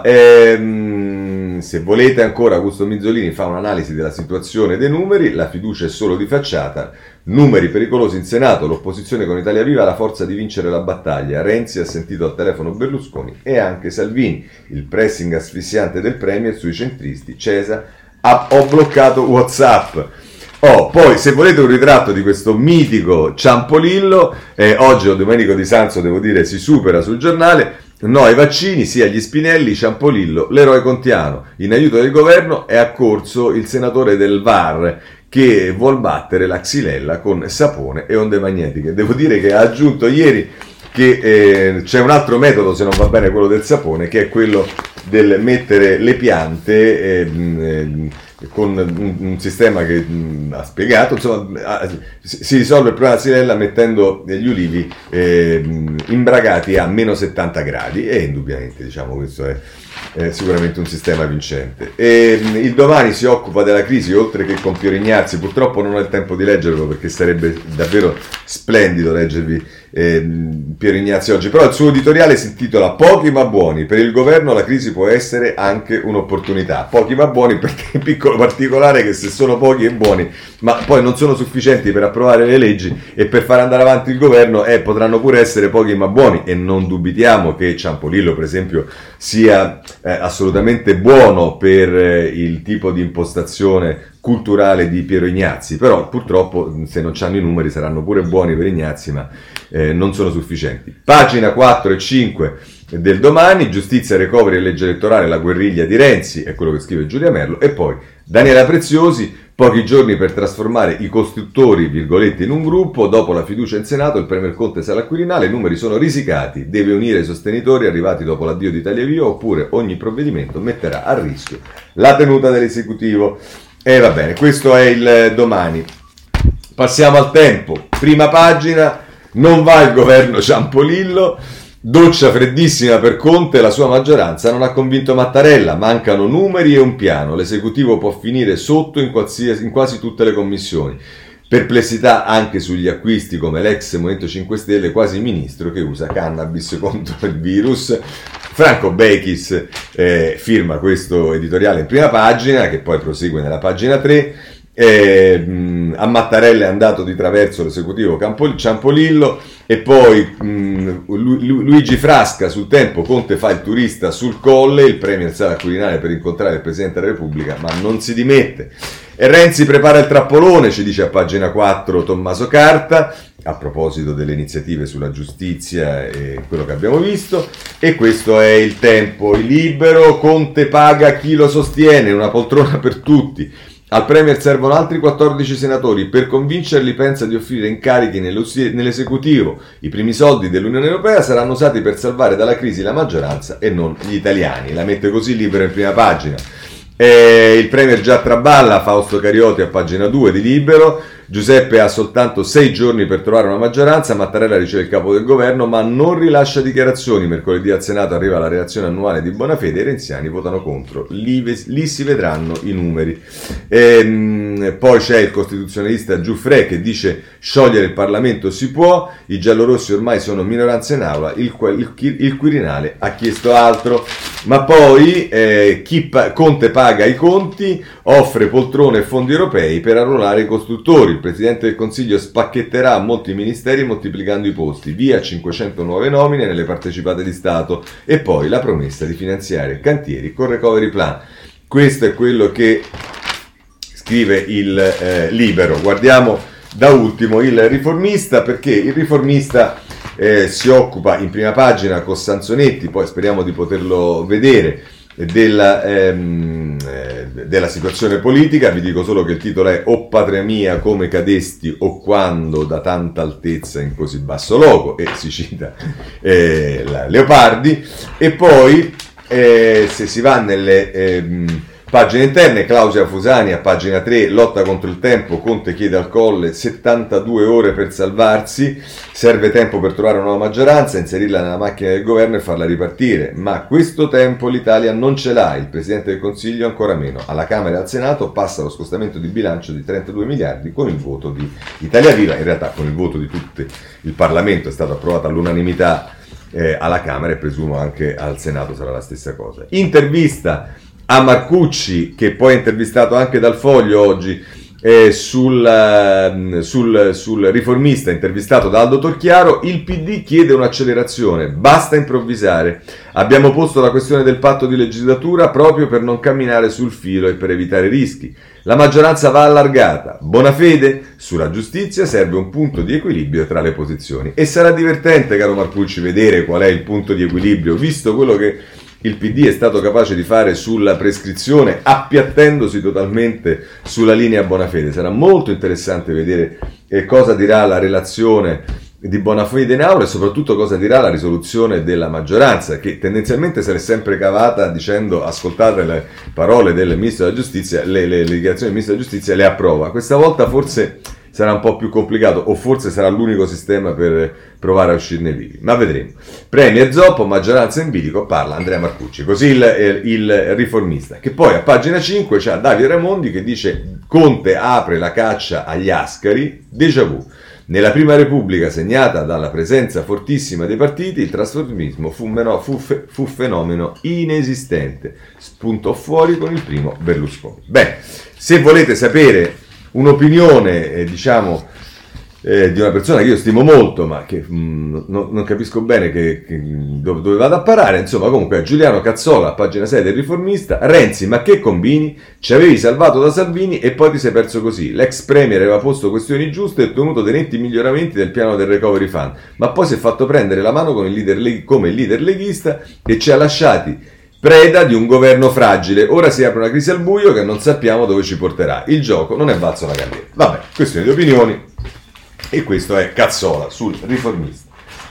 se volete ancora, Augusto Minzolini fa un'analisi della situazione dei numeri, la fiducia è solo di facciata, numeri pericolosi in Senato, l'opposizione con Italia Viva ha la forza di vincere la battaglia, Renzi ha sentito al telefono Berlusconi e anche Salvini, il pressing asfissiante del Premier sui centristi, Cesa, ho bloccato WhatsApp. Poi se volete un ritratto di questo mitico Ciampolillo, oggi Domenico Di Sanzo, devo dire, si supera sul giornale. No ai vaccini, sì agli Spinelli, Ciampolillo, l'eroe contiano. In aiuto del governo è accorso il senatore del VAR che vuol battere la xylella con sapone e onde magnetiche. Devo dire che ha aggiunto ieri che c'è un altro metodo, se non va bene quello del sapone, che è quello del mettere le piante con un sistema che ha spiegato, insomma, si risolve il problema della xylella mettendo gli ulivi imbragati a meno 70 gradi e indubbiamente, diciamo, questo è sicuramente un sistema vincente. Il Domani si occupa della crisi oltre che con Piero Ignazzi, purtroppo non ho il tempo di leggerlo perché sarebbe davvero splendido leggervi Piero Ignazzi oggi, però il suo editoriale si intitola Pochi ma buoni, per il governo la crisi può essere anche un'opportunità. Pochi ma buoni perché piccolo particolare che se sono pochi e buoni ma poi non sono sufficienti per approvare le leggi e per far andare avanti il governo potranno pure essere pochi ma buoni, e non dubitiamo che Ciampolillo per esempio sia assolutamente buono per il tipo di impostazione culturale di Piero Ignazzi, però purtroppo se non c'hanno i numeri saranno pure buoni per Ignazzi, ma non sono sufficienti. Pagina 4 e 5 del Domani, giustizia, recovery e legge elettorale, la guerriglia di Renzi, è quello che scrive Giulia Merlo, e poi Daniela Preziosi, pochi giorni per trasformare i costruttori, virgolette, in un gruppo, dopo la fiducia in Senato il Premier Conte sale al Quirinale, i numeri sono risicati, deve unire i sostenitori arrivati dopo l'addio di Italia Viva oppure ogni provvedimento metterà a rischio la tenuta dell'esecutivo. E va bene, questo è il Domani. Passiamo al Tempo. Prima pagina, non va il governo Ciampolillo, doccia freddissima per Conte, la sua maggioranza non ha convinto Mattarella, mancano numeri e un piano, l'esecutivo può finire sotto in quasi tutte le commissioni. Perplessità anche sugli acquisti come l'ex Movimento 5 Stelle, quasi ministro che usa cannabis contro il virus. Franco Bechis firma questo editoriale in prima pagina, che poi prosegue nella pagina 3. A Mattarella è andato di traverso l'esecutivo Ciampolillo, e poi Luigi Frasca sul Tempo, Conte fa il turista sul Colle, il Premier sale al Quirinale per incontrare il Presidente della Repubblica ma non si dimette. E Renzi prepara il trappolone, ci dice a pagina 4 Tommaso Carta, a proposito delle iniziative sulla giustizia e quello che abbiamo visto. E questo è il Tempo. Il Libero, Conte paga chi lo sostiene, una poltrona per tutti. Al Premier servono altri 14 senatori, per convincerli pensa di offrire incarichi nell'esecutivo. I primi soldi dell'Unione Europea saranno usati per salvare dalla crisi la maggioranza e non gli italiani. La mette così Libero in prima pagina. Il Premier già traballa, Fausto Carioti a pagina 2 di Libero. Giuseppe ha soltanto 6 giorni per trovare una maggioranza, Mattarella riceve il capo del governo ma non rilascia dichiarazioni. Mercoledì al Senato arriva la reazione annuale di Bonafede e i renziani votano contro, lì si vedranno i numeri. Poi c'è il costituzionalista Giuffre che dice sciogliere il Parlamento si può, i giallorossi ormai sono minoranza in aula, il Quirinale ha chiesto altro. Ma poi Conte paga i conti, offre poltrone e fondi europei per arruolare i costruttori. Il Presidente del Consiglio spacchetterà molti ministeri moltiplicando i posti, via 500 nuove nomine nelle partecipate di Stato e poi la promessa di finanziare cantieri con recovery plan. Questo è quello che scrive il Libero. Guardiamo da ultimo il Riformista, perché il Riformista si occupa in prima pagina con Sansonetti, poi speriamo di poterlo vedere, della situazione politica. Vi dico solo che il titolo è O patria mia come cadesti o quando da tanta altezza in così basso loco, e si cita Leopardi. E poi se si va nelle Pagine interne, Claudia Fusani a pagina 3, lotta contro il tempo, Conte chiede al Colle 72 ore per salvarsi, serve tempo per trovare una nuova maggioranza, inserirla nella macchina del governo e farla ripartire, ma questo tempo l'Italia non ce l'ha, il Presidente del Consiglio ancora meno. Alla Camera e al Senato passa lo scostamento di bilancio di 32 miliardi con il voto di Italia Viva, in realtà con il voto di tutto il Parlamento è stato approvato all'unanimità alla Camera e presumo anche al Senato sarà la stessa cosa. Intervista a Marcucci, che poi è intervistato anche dal Foglio oggi, sul riformista intervistato da Aldo Torchiaro. Il PD chiede un'accelerazione, basta improvvisare. Abbiamo posto la questione del patto di legislatura proprio per non camminare sul filo e per evitare rischi. La maggioranza va allargata. Bonafede? Sulla giustizia serve un punto di equilibrio tra le posizioni. E sarà divertente, caro Marcucci, vedere qual è il punto di equilibrio, visto quello che il PD è stato capace di fare sulla prescrizione, appiattendosi totalmente sulla linea Bonafede. Sarà molto interessante vedere cosa dirà la relazione di Bonafede in aula e soprattutto cosa dirà la risoluzione della maggioranza, che tendenzialmente se l'è sempre cavata dicendo ascoltate le parole del Ministro della Giustizia, le dichiarazioni del Ministro della Giustizia le approva. Questa volta forse sarà un po' più complicato, o forse sarà l'unico sistema per provare a uscirne vivi, ma vedremo. Premier Zoppo, maggioranza in bilico, parla Andrea Marcucci, così il riformista, che poi a pagina 5 c'ha Davide Raimondi che dice Conte apre la caccia agli ascari, déjà vu. Nella prima Repubblica, segnata dalla presenza fortissima dei partiti, il trasformismo fu fenomeno inesistente, spuntò fuori con il primo Berlusconi. Beh, se volete sapere un'opinione, di una persona che io stimo molto, ma che non capisco bene dove vada a parare, insomma, comunque Giuliano Cazzola, pagina 6 del Riformista. Renzi, ma che combini? Ci avevi salvato da Salvini e poi ti sei perso così. L'ex premier aveva posto questioni giuste e ottenuto dei netti miglioramenti del piano del recovery fund, ma poi si è fatto prendere la mano come il leader leghista e ci ha lasciati preda di un governo fragile. Ora si apre una crisi al buio che non sappiamo dove ci porterà. Il gioco non è valso la candela. Vabbè, questione di opinioni. E questo è Cazzola sul Riformista.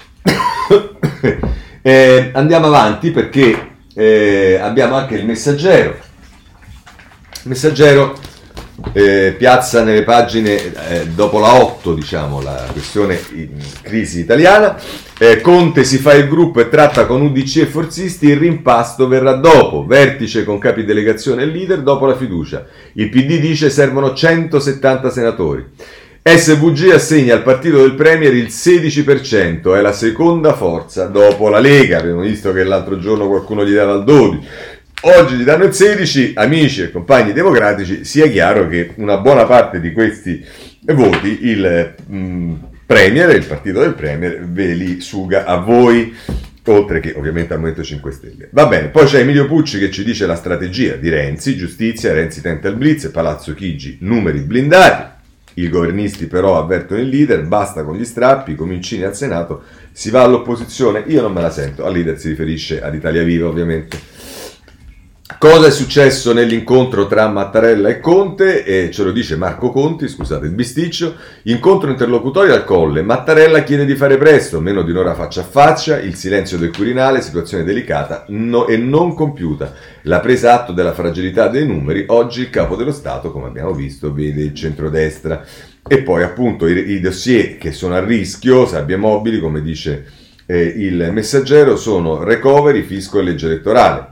Andiamo avanti perché abbiamo anche il Messaggero. Messaggero piazza nelle pagine dopo la 8, diciamo, la questione crisi italiana. Conte si fa il gruppo e tratta con UDC e forzisti, il rimpasto verrà dopo, vertice con capi delegazione e leader dopo la fiducia. Il PD dice servono 170 senatori. SVG assegna al partito del Premier il 16%, è la seconda forza dopo la Lega. Abbiamo visto che l'altro giorno qualcuno gli dava il 12%, oggi gli danno il 16%, amici e compagni democratici, sia chiaro che una buona parte di questi voti il Premier, il partito del Premier, ve li suga a voi, oltre che ovviamente al Movimento 5 Stelle. Va bene, poi c'è Emilio Pucci che ci dice la strategia di Renzi, giustizia, Renzi tenta il blitz, Palazzo Chigi, numeri blindati. I governisti però avvertono il leader, basta con gli strappi, comincini al Senato, si va all'opposizione. Io non me la sento, al leader si riferisce ad Italia Viva ovviamente. Cosa è successo nell'incontro tra Mattarella e Conte? Ce lo dice Marco Conti, scusate il bisticcio. Incontro interlocutorio al Colle, Mattarella chiede di fare presto, meno di un'ora faccia a faccia, il silenzio del Quirinale, situazione delicata e non compiuta. La presa atto della fragilità dei numeri, oggi il capo dello Stato, come abbiamo visto, vede il centrodestra. E poi appunto i dossier che sono a rischio, sabbie mobili, come dice il Messaggero, sono recovery, fisco e legge elettorale.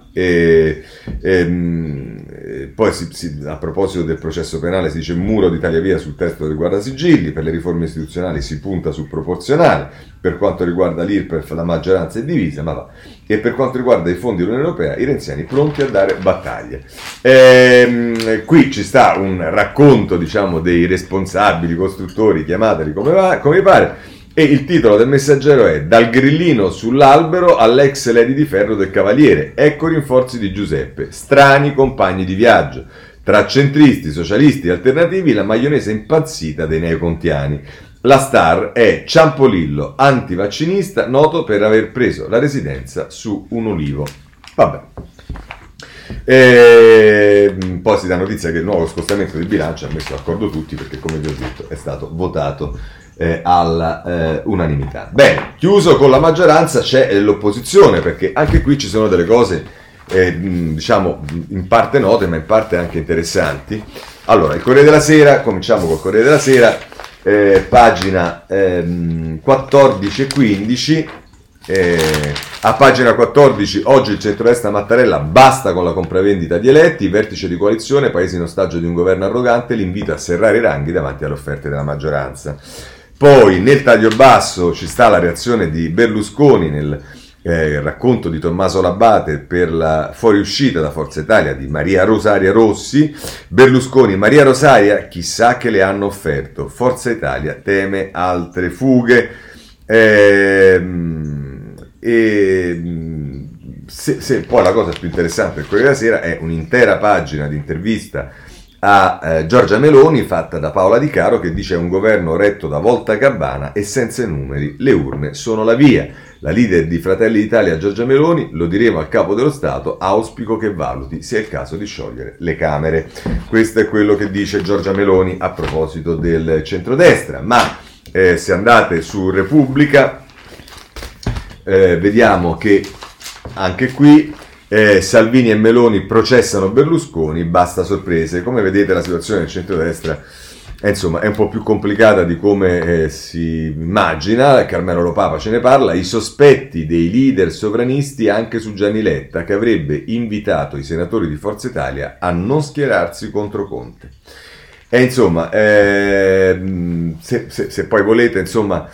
Poi a proposito del processo penale si dice muro di Italia Via sul testo del guardasigilli, per le riforme istituzionali si punta sul proporzionale, per quanto riguarda l'IRPEF la maggioranza è divisa, ma va. E per quanto riguarda i fondi dell'Unione Europea i renziani pronti a dare battaglia. Qui ci sta un racconto, diciamo, dei responsabili, costruttori, chiamateli come pare. E il titolo del Messaggero è Dal grillino sull'albero all'ex Lady di Ferro del Cavaliere. Ecco rinforzi di Giuseppe. Strani compagni di viaggio. Tra centristi, socialisti e alternativi la maionese impazzita dei neocontiani. La star è Ciampolillo, antivaccinista, noto per aver preso la residenza su un ulivo. Vabbè. Poi si dà notizia che il nuovo scostamento del bilancio ha messo d'accordo tutti perché, come vi ho detto, è stato votato alla unanimità. Bene, chiuso con la maggioranza c'è l'opposizione, perché anche qui ci sono delle cose diciamo in parte note ma in parte anche interessanti. Allora, il Corriere della Sera, cominciamo col Corriere della Sera, pagina 14 e 15. A pagina 14, oggi il centrodestra Mattarella, basta con la compravendita di eletti, vertice di coalizione, paesi in ostaggio di un governo arrogante, l'invito a serrare i ranghi davanti alle offerte della maggioranza. Poi nel taglio basso ci sta la reazione di Berlusconi nel racconto di Tommaso Labate per la fuoriuscita da Forza Italia di Maria Rosaria Rossi. Berlusconi: Maria Rosaria chissà che le hanno offerto, Forza Italia teme altre fughe. Se poi la cosa più interessante del Corriere della Sera è un'intera pagina di intervista a Giorgia Meloni fatta da Paola Di Caro, che dice: è un governo retto da Volta Gabbana e senza numeri, le urne sono la via. La leader di Fratelli d'Italia Giorgia Meloni: lo diremo al capo dello Stato, auspico che valuti sia il caso di sciogliere le Camere. Questo è quello che dice Giorgia Meloni a proposito del centrodestra. Ma se andate su Repubblica vediamo che anche qui Salvini e Meloni processano Berlusconi, basta sorprese. Come vedete la situazione del centrodestra insomma è un po' più complicata di come si immagina. Carmelo Lo Papa ce ne parla: i sospetti dei leader sovranisti anche su Gianni Letta, che avrebbe invitato i senatori di Forza Italia a non schierarsi contro Conte. E insomma, se poi volete, insomma,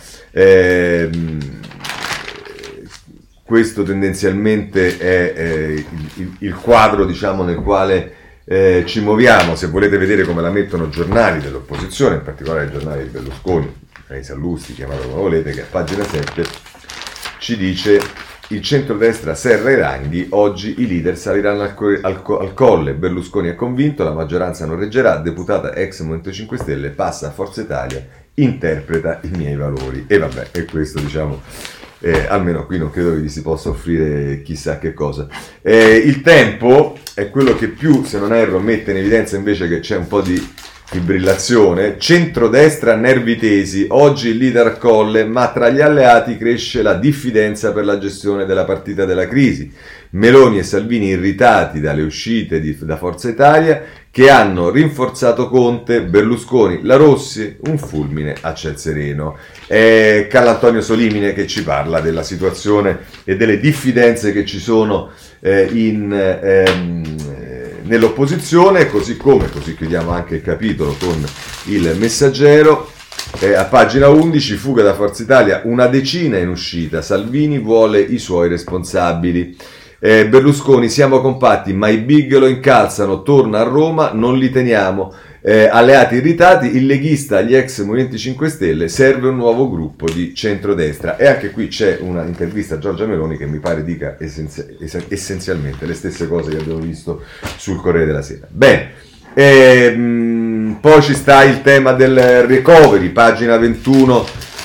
questo tendenzialmente è il quadro, diciamo, nel quale ci muoviamo. Se volete vedere come la mettono giornali dell'opposizione, in particolare il giornale di Berlusconi, i Sallusti, chiamatelo come volete, che a pagina 7 ci dice: il centrodestra serra i ranghi, oggi i leader saliranno al colle, Berlusconi è convinto, la maggioranza non reggerà, deputata ex Movimento 5 Stelle passa a Forza Italia, interpreta i miei valori. E vabbè, e questo, diciamo, almeno qui non credo che gli si possa offrire chissà che cosa. Il Tempo è quello che più, se non erro, mette in evidenza invece che c'è un po' di fibrillazione. Centrodestra nervi tesi, oggi il leader a colle, ma tra gli alleati cresce la diffidenza per la gestione della partita della crisi. Meloni e Salvini irritati dalle uscite da Forza Italia, che hanno rinforzato Conte, Berlusconi, la Rossi, un fulmine a ciel sereno. È Carlo Solimine che ci parla della situazione e delle diffidenze che ci sono nell'opposizione, così chiudiamo anche il capitolo con il Messaggero. A pagina 11, fuga da Forza Italia, una decina in uscita, Salvini vuole i suoi responsabili. Berlusconi: siamo compatti ma i big lo incalzano, torna a Roma, non li teniamo. Alleati irritati, il leghista, gli ex Movimenti 5 Stelle, serve un nuovo gruppo di centrodestra. E anche qui c'è una intervista a Giorgia Meloni che mi pare dica essenzialmente le stesse cose che abbiamo visto sul Corriere della Sera. Bene, poi ci sta il tema del recovery, pagina 21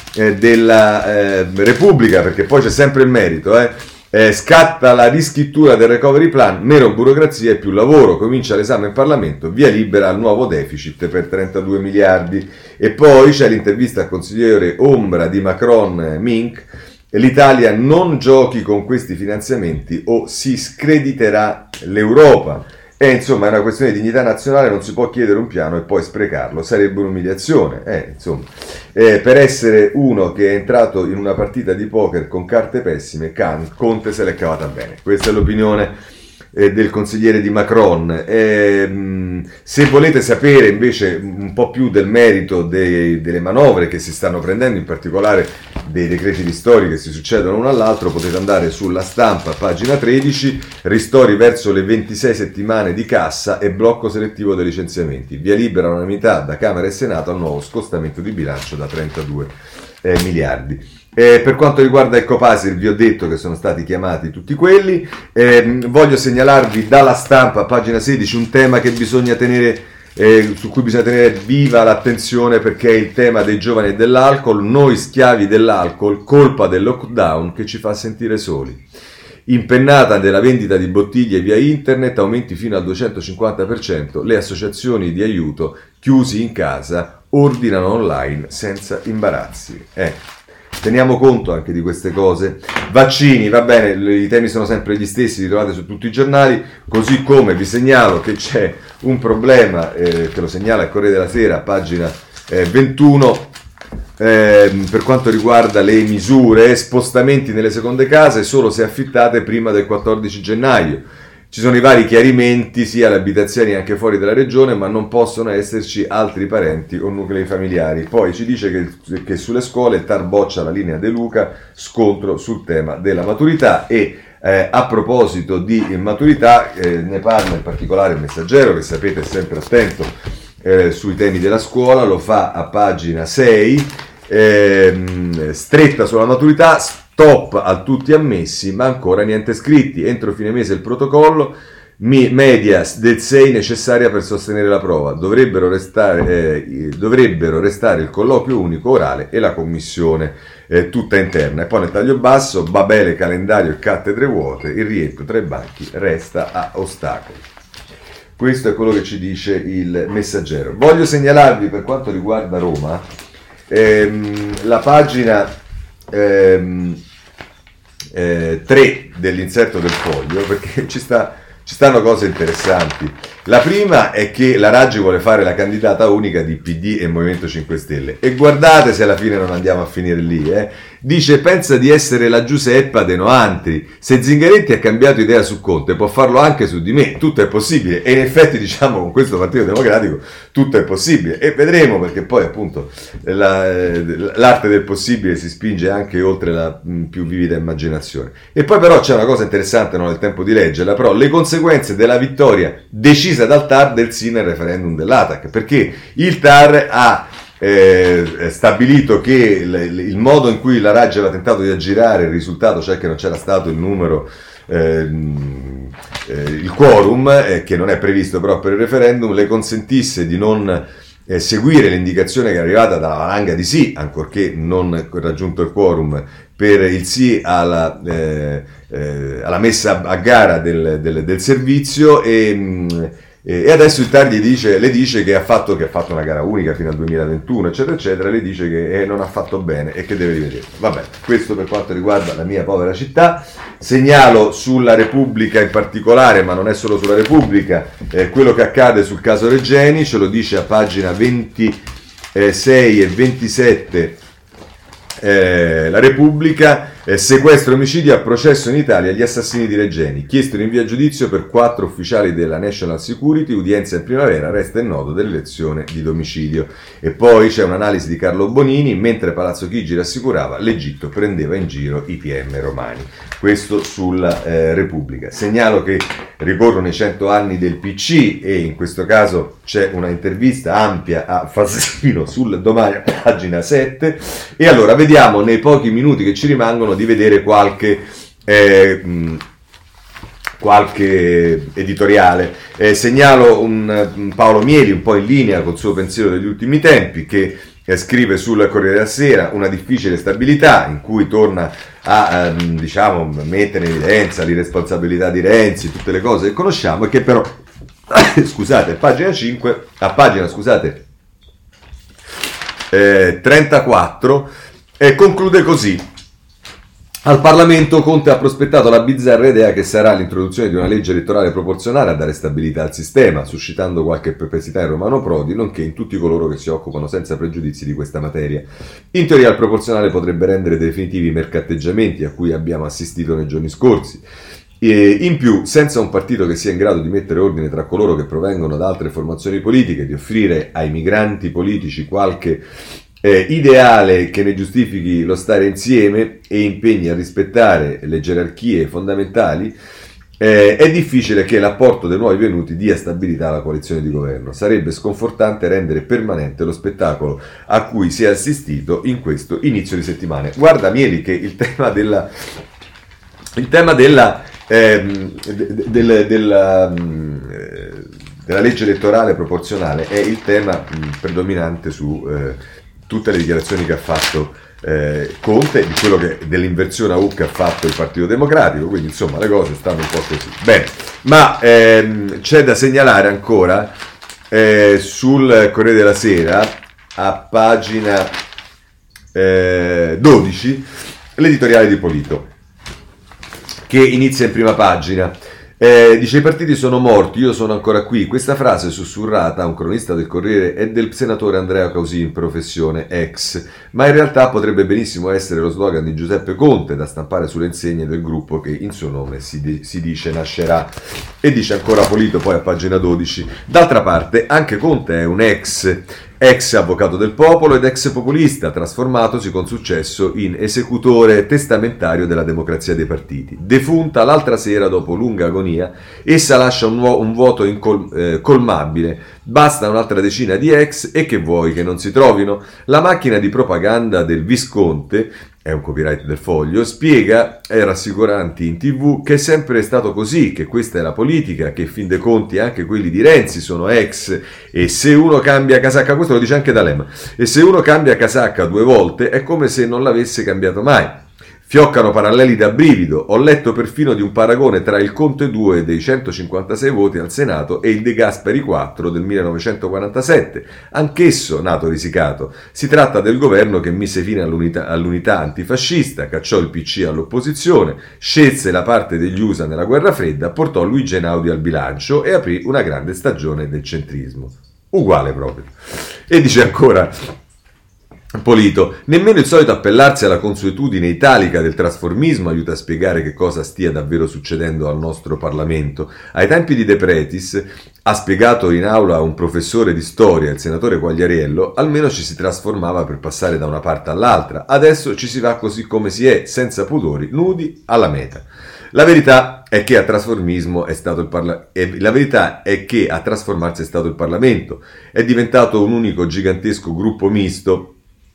della Repubblica, perché poi c'è sempre il merito, scatta la riscrittura del recovery plan, meno burocrazia e più lavoro, comincia l'esame in Parlamento, via libera al nuovo deficit per 32 miliardi. E poi c'è l'intervista al consigliere ombra di Macron, Mink: l'Italia non giochi con questi finanziamenti o si screditerà l'Europa. E insomma è una questione di dignità nazionale, non si può chiedere un piano e poi sprecarlo, sarebbe un'umiliazione. Per essere uno che è entrato in una partita di poker con carte pessime, Conte se l'è cavata bene. Questa è l'opinione del consigliere di Macron. Se volete sapere invece un po' più del merito delle manovre che si stanno prendendo, in particolare dei decreti ristori che si succedono uno all'altro, potete andare sulla Stampa, pagina 13, ristori verso le 26 settimane di cassa e blocco selettivo dei licenziamenti, via libera all'unanimità da Camera e Senato al nuovo scostamento di bilancio da 32 miliardi. Per quanto riguarda il Copasir, vi ho detto che sono stati chiamati tutti quelli. Voglio segnalarvi dalla Stampa, pagina 16, un tema che bisogna tenere su cui bisogna tenere viva l'attenzione, perché è il tema dei giovani e dell'alcol. Noi schiavi dell'alcol, colpa del lockdown che ci fa sentire soli. Impennata della vendita di bottiglie via internet, aumenti fino al 250%, le associazioni di aiuto, chiusi in casa, ordinano online senza imbarazzi. teniamo conto anche di queste cose. Vaccini, va bene, i temi sono sempre gli stessi, li trovate su tutti i giornali, così come vi segnalo che c'è un problema, che lo segnala il Corriere della Sera, pagina 21, per quanto riguarda le misure, spostamenti nelle seconde case solo se affittate prima del 14 gennaio. Ci sono i vari chiarimenti sia alle abitazioni anche fuori dalla regione, ma non possono esserci altri parenti o nuclei familiari. Poi ci dice che sulle scuole il TAR boccia la linea De Luca, scontro sul tema della maturità. E a proposito di maturità ne parla in particolare il Messaggero, che sapete è sempre attento sui temi della scuola, lo fa a pagina 6, stretta sulla maturità, stop a tutti ammessi, ma ancora niente scritti. Entro fine mese il protocollo, media del 6 necessaria per sostenere la prova. Dovrebbero restare il colloquio unico orale e la commissione tutta interna. E poi nel taglio basso, Babele, calendario e cattedre vuote, il rientro tra i banchi resta a ostacoli. Questo è quello che ci dice il Messaggero. Voglio segnalarvi, per quanto riguarda Roma, la pagina 3 dell'inserto del Foglio, perché ci stanno cose interessanti. La prima è che la Raggi vuole fare la candidata unica di PD e Movimento 5 Stelle, e guardate se alla fine non andiamo a finire lì, Dice: pensa di essere la Giuseppa de Noantri, se Zingaretti ha cambiato idea su Conte può farlo anche su di me, tutto è possibile. E in effetti, diciamo, con questo Partito Democratico tutto è possibile, e vedremo, perché poi appunto l'arte del possibile si spinge anche oltre la più vivida immaginazione. E poi però c'è una cosa interessante, non ho il tempo di leggerla, però le conseguenze della vittoria decisa dal TAR del sì nel referendum dell'ATAC, perché il TAR ha stabilito che il modo in cui la Raggi aveva tentato di aggirare il risultato, cioè che non c'era stato il numero, il quorum, che non è previsto però per il referendum, le consentisse di non seguire l'indicazione che è arrivata dalla valanga di sì, ancorché non raggiunto il quorum, per il sì alla messa a gara del servizio. E adesso il TAR le dice che ha fatto una gara unica fino al 2021, eccetera, eccetera, le dice che non ha fatto bene e che deve rivedere. Vabbè, questo per quanto riguarda la mia povera città. Segnalo sulla Repubblica in particolare, ma non è solo sulla Repubblica, quello che accade sul caso Regeni, ce lo dice a pagina 26 e 27 la Repubblica. Sequestro e omicidio a processo in Italia gli assassini di Regeni, chiesto rinvio a giudizio per 4 ufficiali della National Security, udienza in primavera, resta il nodo dell'elezione di domicilio. E poi c'è un'analisi di Carlo Bonini: mentre Palazzo Chigi rassicurava, l'Egitto prendeva in giro i PM romani. Questo sulla Repubblica. Segnalo che ricorrono i 100 anni del PC, e in questo caso c'è una intervista ampia a Fassino sul Domani, pagina 7. E allora vediamo, nei pochi minuti che ci rimangono, di vedere qualche editoriale. Segnalo un Paolo Mieli, un po' in linea col suo pensiero degli ultimi tempi, che scrive sul Corriere della Sera: una difficile stabilità, in cui torna a mettere in evidenza l'irresponsabilità di Renzi, tutte le cose che conosciamo, e che però scusate, a pagina 34 conclude così: al Parlamento Conte ha prospettato la bizzarra idea che sarà l'introduzione di una legge elettorale proporzionale a dare stabilità al sistema, suscitando qualche perplessità in Romano Prodi, nonché in tutti coloro che si occupano senza pregiudizi di questa materia. In teoria il proporzionale potrebbe rendere definitivi i mercatteggiamenti a cui abbiamo assistito nei giorni scorsi. In più, senza un partito che sia in grado di mettere ordine tra coloro che provengono da altre formazioni politiche, di offrire ai migranti politici qualche ideale che ne giustifichi lo stare insieme e impegni a rispettare le gerarchie fondamentali, è difficile che l'apporto dei nuovi venuti dia stabilità alla coalizione di governo. Sarebbe sconfortante rendere permanente lo spettacolo a cui si è assistito in questo inizio di settimana. Guarda Mieli, che il tema della legge elettorale proporzionale è il tema predominante su tutte le dichiarazioni che ha fatto Conte, di quello dell'inversione a U che ha fatto il Partito Democratico, quindi insomma le cose stanno un po' così. Bene, ma c'è da segnalare ancora sul Corriere della Sera, a pagina 12, l'editoriale di Polito, che inizia in prima pagina. Dice: i partiti sono morti, io sono ancora qui. Questa frase sussurrata a un cronista del Corriere è del senatore Andrea Causin, professione ex, ma in realtà potrebbe benissimo essere lo slogan di Giuseppe Conte, da stampare sulle insegne del gruppo che in suo nome si dice nascerà. E dice ancora Polito, poi a pagina 12: d'altra parte anche Conte è un ex avvocato del popolo ed ex populista, trasformatosi con successo in esecutore testamentario della democrazia dei partiti. Defunta l'altra sera dopo lunga agonia, essa lascia un vuoto colmabile. Basta un'altra decina di ex e che vuoi che non si trovino? La macchina di propaganda del Visconte, è un copyright del Foglio, spiega rassicuranti in TV che è sempre stato così, che questa è la politica, che in fin dei conti anche quelli di Renzi sono ex, e se uno cambia casacca, questo lo dice anche D'Alema, e se uno cambia casacca 2 volte è come se non l'avesse cambiato mai. Fioccano paralleli da brivido, ho letto perfino di un paragone tra il Conte 2 dei 156 voti al Senato e il De Gasperi 4 del 1947, anch'esso nato risicato. Si tratta del governo che mise fine all'unità antifascista, cacciò il PC all'opposizione, scelse la parte degli USA nella guerra fredda, portò Luigi Einaudi al bilancio e aprì una grande stagione del centrismo. Uguale proprio. E dice ancora Polito: nemmeno il solito appellarsi alla consuetudine italica del trasformismo aiuta a spiegare che cosa stia davvero succedendo al nostro Parlamento. Ai tempi di De Pretis, ha spiegato in aula un professore di storia, il senatore Quagliariello, almeno ci si trasformava per passare da una parte all'altra. Adesso ci si va così come si è, senza pudori, nudi alla meta. La verità è che a trasformarsi è stato il Parlamento. È diventato un unico gigantesco gruppo misto.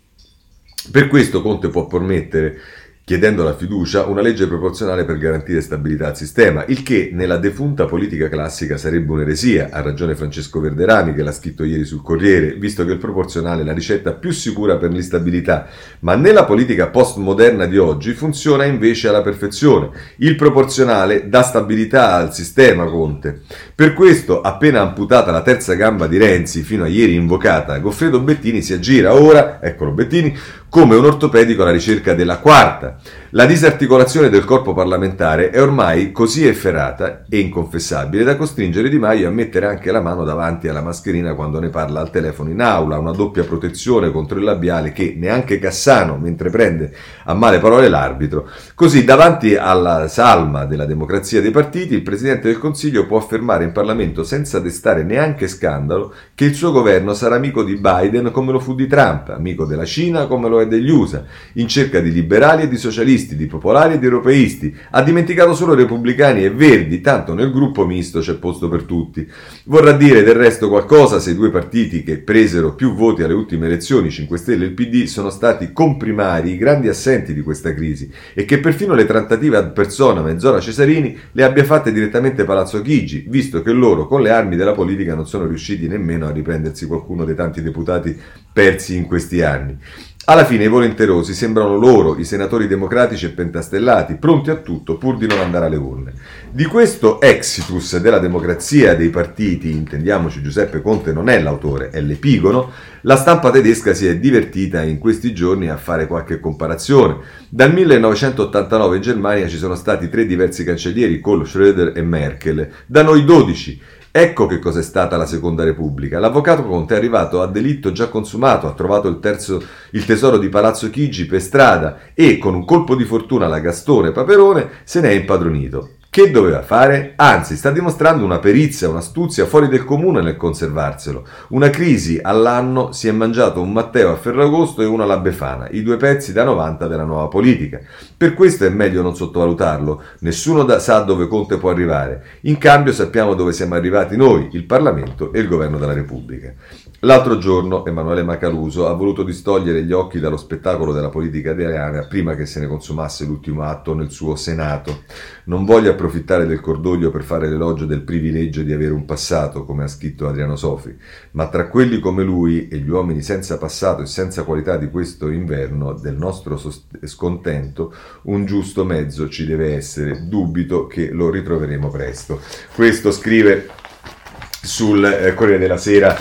Per questo Conte può permettere, chiedendo la fiducia, una legge proporzionale per garantire stabilità al sistema, il che nella defunta politica classica sarebbe un'eresia. Ha ragione Francesco Verderami, che l'ha scritto ieri sul Corriere, visto che il proporzionale è la ricetta più sicura per l'instabilità, ma nella politica postmoderna di oggi funziona invece alla perfezione. Il proporzionale dà stabilità al sistema, Conte. Per questo, appena amputata la terza gamba di Renzi, fino a ieri invocata, Goffredo Bettini si aggira ora, eccolo Bettini, come un ortopedico alla ricerca della quarta. La disarticolazione del corpo parlamentare è ormai così efferata e inconfessabile da costringere Di Maio a mettere anche la mano davanti alla mascherina quando ne parla al telefono in aula, una doppia protezione contro il labiale che neanche Cassano, mentre prende a male parole l'arbitro. Così, davanti alla salma della democrazia dei partiti, il Presidente del Consiglio può affermare in Parlamento senza destare neanche scandalo che il suo governo sarà amico di Biden come lo fu di Trump, amico della Cina come lo è degli USA, in cerca di liberali e di socialisti, di popolari e di europeisti. Ha dimenticato solo repubblicani e verdi, tanto nel gruppo misto c'è posto per tutti. Vorrà dire del resto qualcosa se i due partiti che presero più voti alle ultime elezioni, 5 Stelle e il PD, sono stati comprimari, i grandi assenti di questa crisi, e che perfino le trattative ad persona Mezzora Cesarini le abbia fatte direttamente Palazzo Chigi, visto che loro con le armi della politica non sono riusciti nemmeno a riprendersi qualcuno dei tanti deputati persi in questi anni. Alla fine i volenterosi sembrano loro, i senatori democratici e pentastellati, pronti a tutto pur di non andare alle urne. Di questo exitus della democrazia dei partiti, intendiamoci Giuseppe Conte non è l'autore, è l'epigono, la stampa tedesca si è divertita in questi giorni a fare qualche comparazione. Dal 1989 in Germania ci sono stati 3 diversi cancellieri, Kohl, Schröder e Merkel, da noi 12. Ecco che cos'è stata la Seconda Repubblica. L'avvocato Conte è arrivato a delitto già consumato, ha trovato il tesoro di Palazzo Chigi per strada e, con un colpo di fortuna alla Gastone Paperone, se ne è impadronito. Che doveva fare? Anzi, sta dimostrando una perizia, un'astuzia fuori del comune nel conservarselo. Una crisi all'anno si è mangiato un Matteo a Ferragosto e uno alla Befana, i 2 pezzi da 90 della nuova politica. Per questo è meglio non sottovalutarlo. Nessuno sa dove Conte può arrivare. In cambio sappiamo dove siamo arrivati noi, il Parlamento e il Governo della Repubblica. L'altro giorno Emanuele Macaluso ha voluto distogliere gli occhi dallo spettacolo della politica italiana prima che se ne consumasse l'ultimo atto nel suo Senato. Non voglio approfittare del cordoglio per fare l'elogio del privilegio di avere un passato, come ha scritto Adriano Sofri, ma tra quelli come lui e gli uomini senza passato e senza qualità di questo inverno del nostro scontento, un giusto mezzo ci deve essere. Dubito che lo ritroveremo presto. Questo scrive sul Corriere della Sera